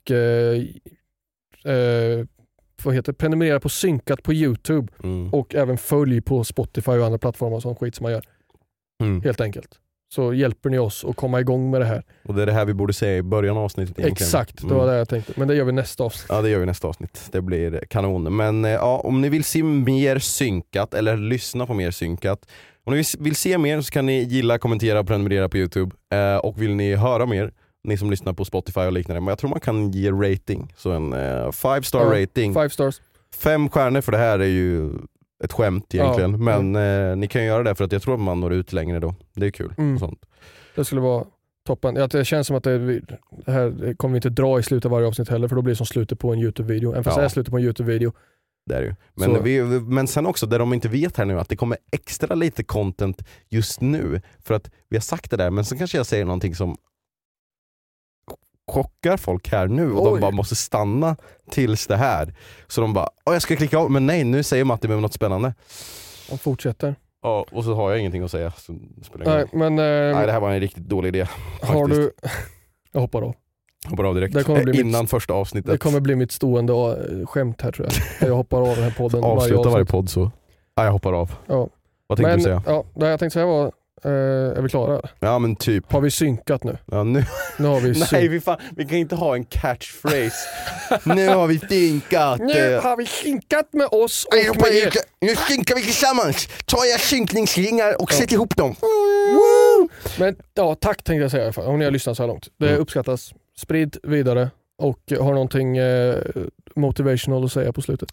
prenumerera på Synkat på YouTube och även följ på Spotify och andra plattformar och sån skit som man gör. Helt enkelt. Så hjälper ni oss att komma igång med det här. Och det är det här vi borde säga i början av avsnittet egentligen. Exakt, det var det jag tänkte. Men det gör vi nästa avsnitt. Ja, det gör vi nästa avsnitt. Det blir kanon. Men om ni vill se mer Synkat eller lyssna på mer Synkat. Om ni vill se mer så kan ni gilla, kommentera och prenumerera på YouTube. Och vill ni höra mer, ni som lyssnar på Spotify och liknande, men jag tror man kan ge rating. Så en 5-star rating. 5 stars. 5 stjärnor för det här är ju ett skämt egentligen, men ni kan göra det för att jag tror att man når ut längre då. Det är kul. Och sånt. Det skulle vara toppen. Det känns som att det här kommer vi inte dra i slutet av varje avsnitt heller, för då blir det som slutet på en YouTube-video. Även fast det är slutet på en YouTube-video Det är ju. Men sen också, där de inte vet här nu, att det kommer extra lite content just nu. För att vi har sagt det där, men så kanske jag säger någonting som chockar folk här nu. Och de bara måste stanna tills det här. Så de bara, jag ska klicka av. Men nej, nu säger Matti med något spännande. Och fortsätter. Ja, och så har jag ingenting att säga. Så nej, men, nej, det här var en riktigt dålig idé. Har du... Jag hoppar av. Hoppar av direkt. Innan första avsnittet. Det kommer bli mitt stående skämt här, tror jag. Jag hoppar av den här podden. Avsluta varje podd så. Ja, jag hoppar av. Ja. Vad tänkte du säga? Ja, det jag tänkte säga var, är vi klara? Ja, men typ. Har vi synkat nu? Ja, nu har vi nej, vi kan inte ha en catchphrase. Nu har vi synkat. Nu har vi synkat med oss och med er. Nu synkar vi tillsammans. Ta era synkningsringar och sätt ihop dem. Men ja, tack tänkte jag säga i alla fall, om ni har lyssnat så här långt. Det uppskattas. Sprid vidare. Och har någonting motivational att säga på slutet?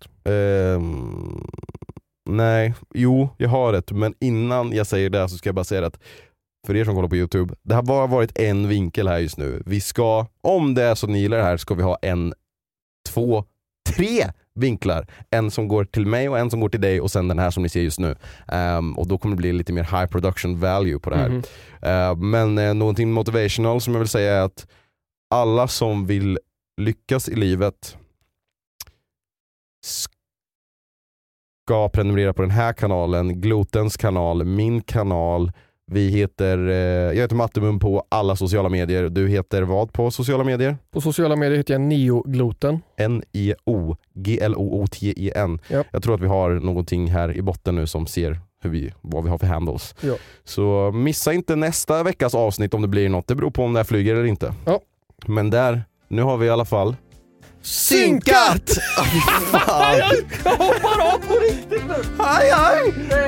Nej, jo, jag har det. Men innan jag säger det så ska jag bara säga att för er som kollar på YouTube, det har bara varit en vinkel här just nu. Vi ska, om det är så ni gillar det här, ska vi ha 1, 2, 3 vinklar. En som går till mig och en som går till dig och sen den här som ni ser just nu. Och då kommer det bli lite mer high production value på det här. Men någonting motivational som jag vill säga är att alla som vill lyckas i livet ska prenumerera på den här kanalen, Glotens kanal, min kanal. Vi heter, jag heter Mattimum på alla sociala medier. Du heter vad på sociala medier? På sociala medier heter jag Neogloten. Neogloten. Ja. Jag tror att vi har någonting här i botten nu som ser vad vi har för handles. Ja. Så missa inte nästa veckas avsnitt om det blir något. Det beror på om det här flyger eller inte. Ja. Men nu har vi i alla fall synkat! Fan. Jag hoppar av på riktigt nu! Hej!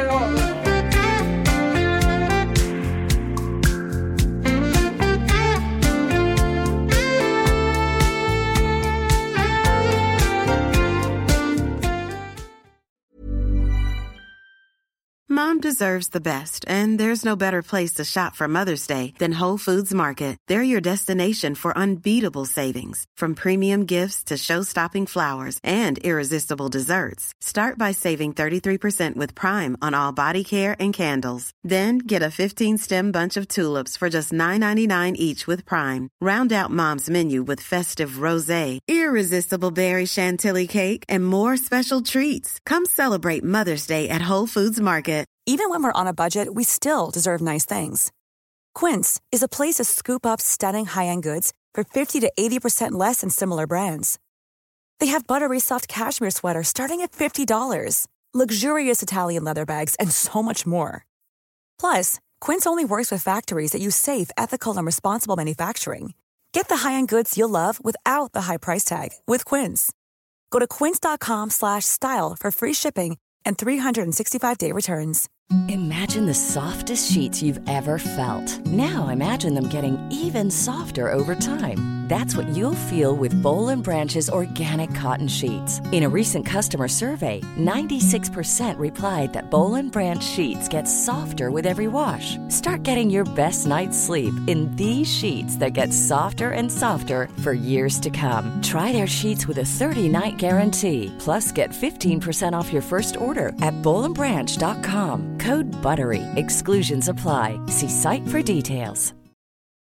Mom deserves the best, and there's no better place to shop for Mother's Day than Whole Foods Market. They're your destination for unbeatable savings, from premium gifts to show-stopping flowers and irresistible desserts. Start by saving 33% with Prime on all body care and candles. Then get a 15-stem bunch of tulips for just $9.99 each with Prime. Round out Mom's menu with festive rosé, irresistible berry chantilly cake, and more special treats. Come celebrate Mother's Day at Whole Foods Market. Even when we're on a budget, we still deserve nice things. Quince is a place to scoop up stunning high-end goods for 50 to 80% less than similar brands. They have buttery soft cashmere sweaters starting at $50, luxurious Italian leather bags, and so much more. Plus, Quince only works with factories that use safe, ethical, and responsible manufacturing. Get the high-end goods you'll love without the high price tag with Quince. Go to quince.com/style for free shipping and 365-day returns. Imagine the softest sheets you've ever felt. Now imagine them getting even softer over time. That's what you'll feel with Boll & Branch's organic cotton sheets. In a recent customer survey, 96% replied that Boll & Branch sheets get softer with every wash. Start getting your best night's sleep in these sheets that get softer and softer for years to come. Try their sheets with a 30-night guarantee. Plus, get 15% off your first order at bollandbranch.com. Code BUTTERY. Exclusions apply. See site for details.